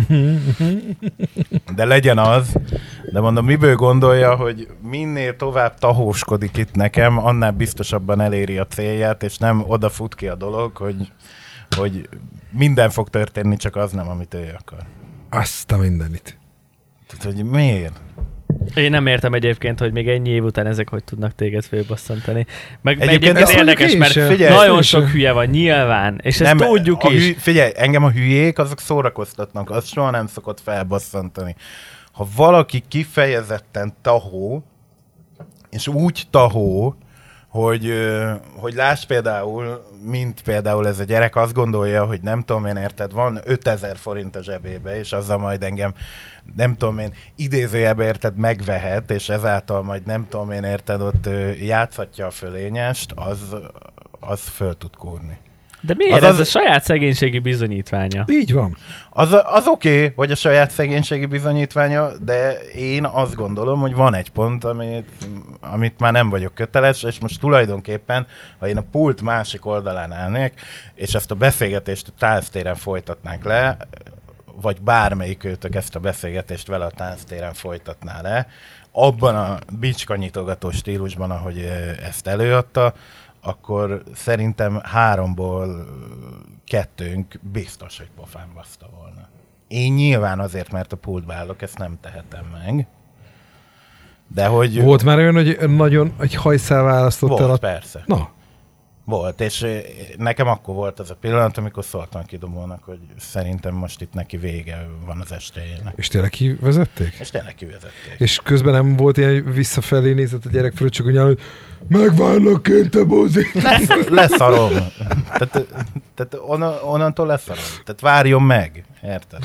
de legyen az. De mondom, miből gondolja, hogy minél tovább tahóskodik itt nekem, annál biztosabban eléri a célját, és nem odafut ki a dolog, hogy, hogy minden fog történni, csak az nem, amit ő akar. Azt a mindenit. Tehát, hogy miért? Én nem értem egyébként, hogy még ennyi év után ezek hogy tudnak téged félbasszantani. Meg Egyébként egyébként érdekes, mert figyelj, nagyon sok hülye van nyilván, és ezt nem, tudjuk is. Hű, figyelj, engem a hülyék, azok szórakoztatnak, az soha nem szokott felbasszantani. Ha valaki kifejezetten tahó, és úgy tahó, hogy, hogy láss például, mint például ez a gyerek azt gondolja, hogy nem tudom én, érted, van ötezer forint a zsebébe, és azzal majd engem, nem tudom én, idézőjebe érted, megvehet, és ezáltal majd nem tudom én, érted, ott játszhatja a fölényest, az, az föl tud kúrni. De miért? Az ez az... a saját szegénységi bizonyítványa. Így van. Az, az oké, okay, hogy a saját szegénységi bizonyítványa, de én azt gondolom, hogy van egy pont, amit, amit már nem vagyok köteles, és most tulajdonképpen, ha én a pult másik oldalán állnék, és ezt a beszélgetést a tánctéren folytatnánk le, vagy bármelyik őtök ezt a beszélgetést vele a tánctéren folytatná le, abban a bicskanyitogató stílusban, ahogy ezt előadta, akkor szerintem háromból kettőnk biztos, hogy pofán baszta volna. Én nyilván azért, mert a pultba állok, ezt nem tehetem meg. De hogy... Volt már olyan, hogy nagyon egy hajszál választott el? Volt, persze. Na. Volt, és nekem akkor volt az a pillanat, amikor szóltam Kidomónak, hogy szerintem most itt neki vége van az estéjének. És tényleg kivezették? És tényleg kivezették. És közben nem volt ilyen visszafelé nézett a gyerek fölött, csak úgy nyilván, hogy megválnak kint a bozi. Lesz, leszarom. Tehát, tehát on, onnantól leszarom. Tehát várjon meg. Érted?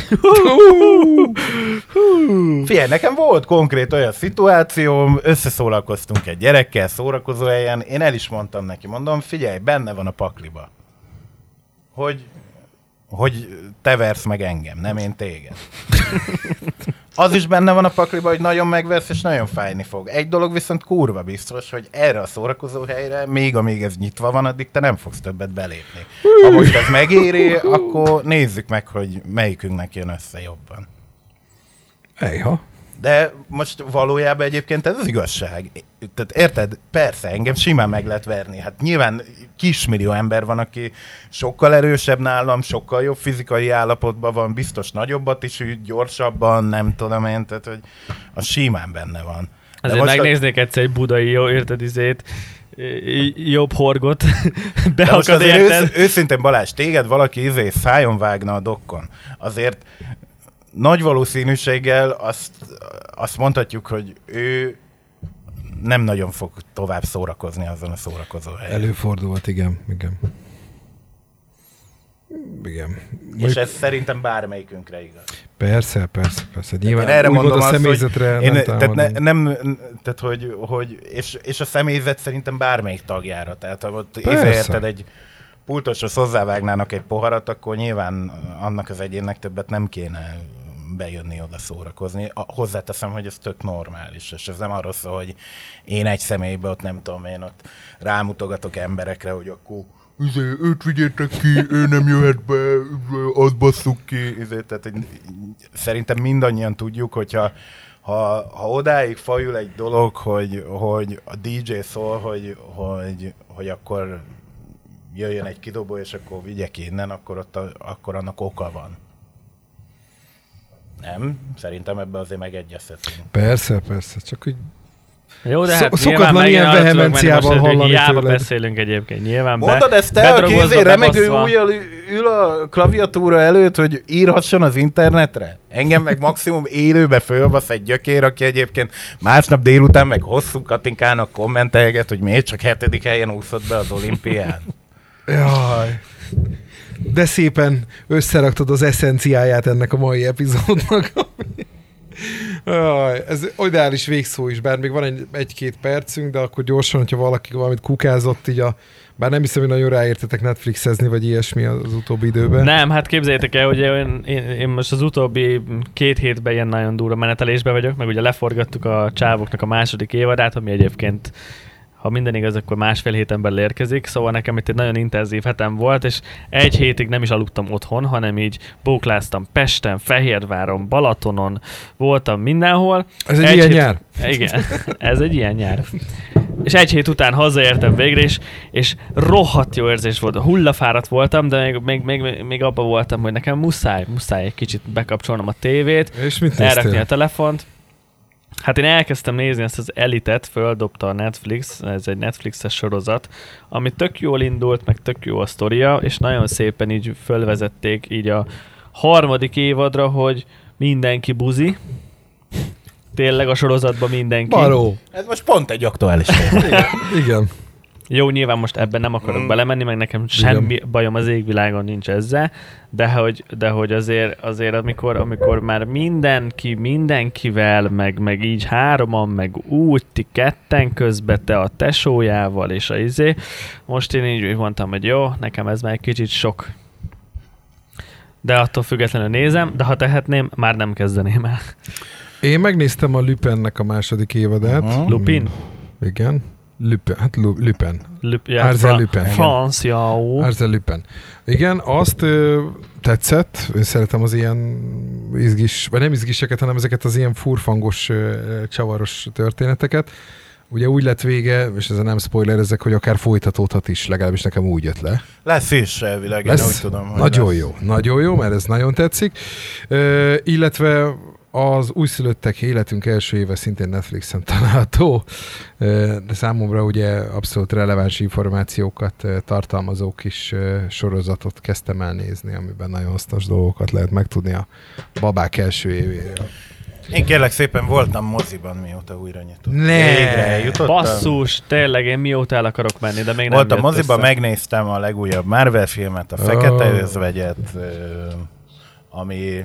Figyelj, nekem volt konkrét olyan szituációm, összeszólalkoztunk egy gyerekkel szórakozó helyen, én el is mondtam neki, mondom, figyelj, benne van a pakliba, hogy, hogy te versz meg engem, nem én téged. Az is benne van a pakliba, hogy nagyon megversz, és nagyon fájni fog. Egy dolog viszont kurva biztos, hogy erre a szórakozó helyre, még amíg ez nyitva van, addig te nem fogsz többet belépni. Ha most ez megéri, akkor nézzük meg, hogy melyikünknek jön össze jobban. Ejha. De most valójában egyébként ez az igazság. Tehát érted? Persze, engem simán meg lehet verni. Hát nyilván kismillió ember van, aki sokkal erősebb nálam, sokkal jobb fizikai állapotban van, biztos nagyobbat is üt, gyorsabban, nem tudom én, tehát hogy a simán benne van. De azért megnéznék a... egyszer egy budai, jó, érted, izét, jobb horgot beakad, érted? Ősz, őszintén Balázs, téged valaki izé szájon vágna a dokkon. Azért nagy valószínűséggel azt, azt mondhatjuk, hogy ő nem nagyon fog tovább szórakozni azon a szórakozó helyen. Előfordulhat, igen, igen. Igen. És ez szerintem bármelyikünkre igaz. Persze, persze, persze. Nyilván erre mondom a azt, személyzetre hogy, nem én, tehát ne, nem, tehát hogy, hogy és, és a személyzet szerintem bármelyik tagjára. Tehát ha ott érted egy pultoshoz hozzávágnának egy poharat, akkor nyilván annak az egyénnek többet nem kéne bejönni oda szórakozni. Hozzáteszem, hogy ez tök normális, és ez nem arról szól, hogy én egy személyben ott nem tudom, én ott rámutogatok emberekre, hogy akkor izé, őt vigyétek ki, ő nem jöhet be, azt basszuk ki. Izé, tehát, szerintem mindannyian tudjuk, hogyha ha, ha odáig fajul egy dolog, hogy, hogy a dé dzsé szól, hogy, hogy, hogy akkor jöjjön egy kidobó, és akkor vigye ki innen, akkor, ott a, akkor annak oka van. Nem? Szerintem ebben azért megegyezhetünk. Persze, persze, csak úgy jó, de hát szokatlan ilyen vehemenciával hallani hiába tőled. Beszélünk egyébként, nyilván be, mondod ezt te, aki ezért remegő ujjal ül a klaviatúra előtt, hogy írhasson az internetre? Engem meg maximum élőbe fölbasz egy gyökér, aki egyébként másnap délután meg hosszú Katinkának kommentelget, hogy miért csak hetedik helyen úszott be az olimpián. Jaj. De szépen összeraktad az eszenciáját ennek a mai epizódnak. Jaj, ez ideális végszó is, bár még van egy, egy-két percünk, de akkor gyorsan, hogyha valaki valamit kukázott, így a, bár nem hiszem, hogy nagyon ráértetek Netflixezni, vagy ilyesmi az utóbbi időben. Nem, hát képzeljétek el, hogy én, én, én most az utóbbi két hétben ilyen nagyon durva menetelésben vagyok, meg ugye leforgattuk a Csávoknak a második évadát, ami egyébként, ha minden igaz, akkor másfél héten belül érkezik, szóval nekem itt egy nagyon intenzív hetem volt, és egy hétig nem is aludtam otthon, hanem így bókláztam Pesten, Fehérváron, Balatonon, voltam mindenhol. Ez egy, egy ilyen hét... nyár? Igen, ez egy ilyen nyár. És egy hét után hazaértem végre, és, és rohadt jó érzés volt. Hullafáradt voltam, de még, még, még, még abban voltam, hogy nekem muszáj, muszáj egy kicsit bekapcsolnom a tévét, és mit elrakni a telefont. Hát én elkezdtem nézni ezt az Elitet, földobta a Netflix, ez egy Netflixes sorozat, ami tök jól indult, meg tök jó a sztoria, és nagyon szépen így fölvezették így a harmadik évadra, hogy mindenki buzi. Tényleg a sorozatban mindenki. Baró. Ez most pont egy aktuális téma. Igen. Igen. Jó, nyilván most ebben nem akarok mm. belemenni, meg nekem semmi igen. bajom az égvilágon nincs ezzel, de hogy, de hogy azért, azért amikor, amikor már mindenki, mindenkivel, meg, meg így hároman, meg úgy, ti ketten közbe, te a tesójával és a izé, most én így mondtam, hogy jó, nekem ez már egy kicsit sok. De attól függetlenül nézem, de ha tehetném, már nem kezdeném el. Én megnéztem a Lupinnek a második évadát. Uh-huh. Lupin? Igen. Lupin, hát Lupin. Lup, ja, Arsène Lupin. Franciaó. Arsène Lupin. Igen, azt ö, tetszett, én szeretem az ilyen izgis, vagy nem izgiseket, hanem ezeket az ilyen furfangos, ö, csavaros történeteket. Ugye úgy lett vége, és ez nem spoiler, ezek, hogy akár folytatódhat is, legalábbis nekem úgy jött le. Lesz is elvileg, én úgy tudom. Hogy nagyon lesz. jó, nagyon jó, mert ez nagyon tetszik. Ö, illetve az újszülöttek életünk első éve szintén Netflixen található, de számomra ugye abszolút releváns információkat tartalmazó kis sorozatot kezdtem el nézni, amiben nagyon hasznos dolgokat lehet megtudni a babák első évéről. Én kérlek szépen voltam moziban, mióta újra nyitott. Ne! Basszus, tényleg én mióta el akarok menni, de még nem voltam jött moziban, össze. megnéztem a legújabb Marvel filmet, a Fekete oh. Özvegyet, ami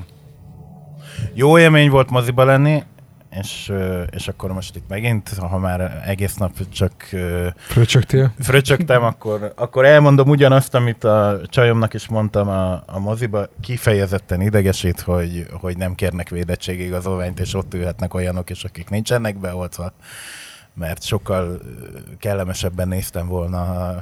jó élmény volt moziba lenni, és, és akkor most itt megint, ha már egész nap csak fröcsögtél, fröcsögtem, akkor, akkor elmondom ugyanazt, amit a csajomnak is mondtam a, a moziba, kifejezetten idegesít, hogy, hogy nem kérnek védettségigazolványt, és ott ülhetnek olyanok is, akik nincsenek beoltva, mert sokkal kellemesebben néztem volna, ha,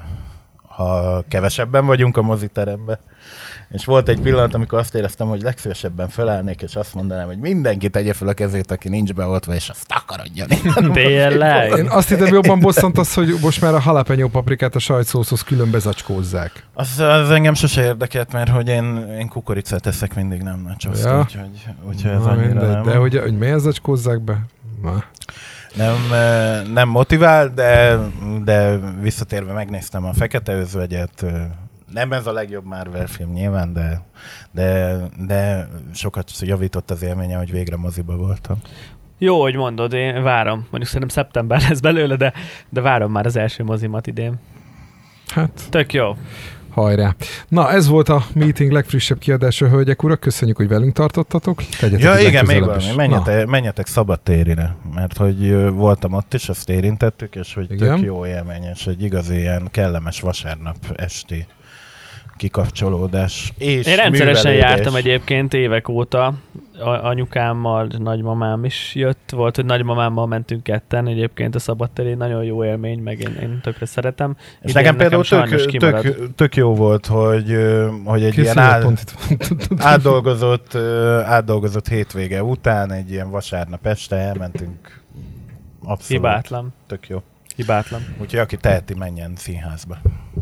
ha kevesebben vagyunk a moziteremben. És volt egy pillanat, amikor azt éreztem, hogy legszívesebben felállnék, és azt mondanám, hogy mindenki tegye fel a kezét, aki nincs beoltva, és azt akarodjon. Tényleg? Én azt hittem, jobban bosszant az, hogy most már a jalapeno paprikát a sajtszószhoz külön bezacskózzák. Az, az engem sose érdekelt, mert hogy én, én kukoricát teszek mindig, nem nachoszt, ja. úgyhogy, úgyhogy ez Na, annyira mindegy, nem. de hogy, hogy miért zacskózzák be? Na. Nem, nem motivál, de, de visszatérve megnéztem a Fekete Özvegyet. Nem ez a legjobb Marvel film nyilván, de, de, de sokat javított az élménye, hogy végre moziba voltam. Jó, hogy mondod, én várom. Mondjuk szerintem szeptember lesz belőle, de, de várom már az első mozimat idén. Hát... Tök jó. Hajrá. Na, ez volt a meeting legfrissebb kiadása, hölgyek, urak. Köszönjük, hogy velünk tartottatok. Tegyetek ja, igen, még valami. Menjetek, menjetek szabadtérire, mert hogy voltam ott is, azt érintettük, és hogy igen. Tök jó élmény, és egy igazi ilyen kellemes vasárnap esti kikapcsolódás és én rendszeresen művelődés. Jártam egyébként évek óta, a- anyukámmal, nagymamám is jött, volt, hogy nagymamámmal mentünk ketten, egyébként a szabadtéri nagyon jó élmény, meg én, én tökre szeretem. És nekem például tök, tök, tök jó volt, hogy, hogy egy Készül ilyen áll, átdolgozott, átdolgozott hétvége után, egy ilyen vasárnap este elmentünk. Abszolút. Hibátlan. Tök jó. Hibátlan. Úgyhogy aki teheti, menjen színházba.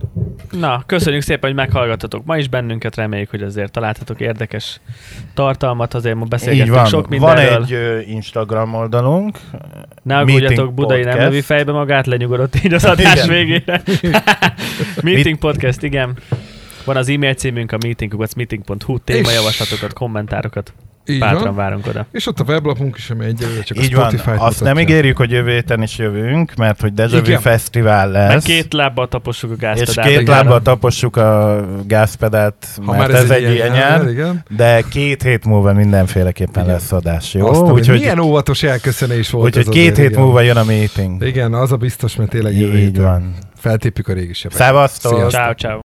Na, köszönjük szépen, hogy meghallgattatok ma is bennünket, reméljük, hogy azért találtatok érdekes tartalmat, azért ma beszélgettünk sok mindenről. Van egy uh, Instagram oldalunk. Ne aggódjatok, Budai nem lövi fejbe magát, lenyugodott így az adás végére. Meeting Podcast, igen. Van az e-mail címünk, a meeting meeting pont hu, témajavaslatokat, kommentárokat. Így bátran van. várunk oda. És ott a weblapunk is, ami egyelőre csak így a Spotify-t van. Azt nem ígérjük, hogy jövő héten is jövünk, mert hogy Deja Vu Fesztivál lesz. Meg két lábbal tapossuk a gázpedált. És két lábbal tapossuk a gázpedált, ha mert ez, ez egy ilyen nyár, de két hét múlva mindenféleképpen igen. lesz adás. Jó? Aztán, úgy, hogy milyen óvatos elköszönés volt. Úgyhogy két azért, hét igen. múlva jön a meeting. Igen, az a biztos, mert tényleg jövő így van. Feltépjük a régi sebeket. Szevasztok! Ciao, ciao.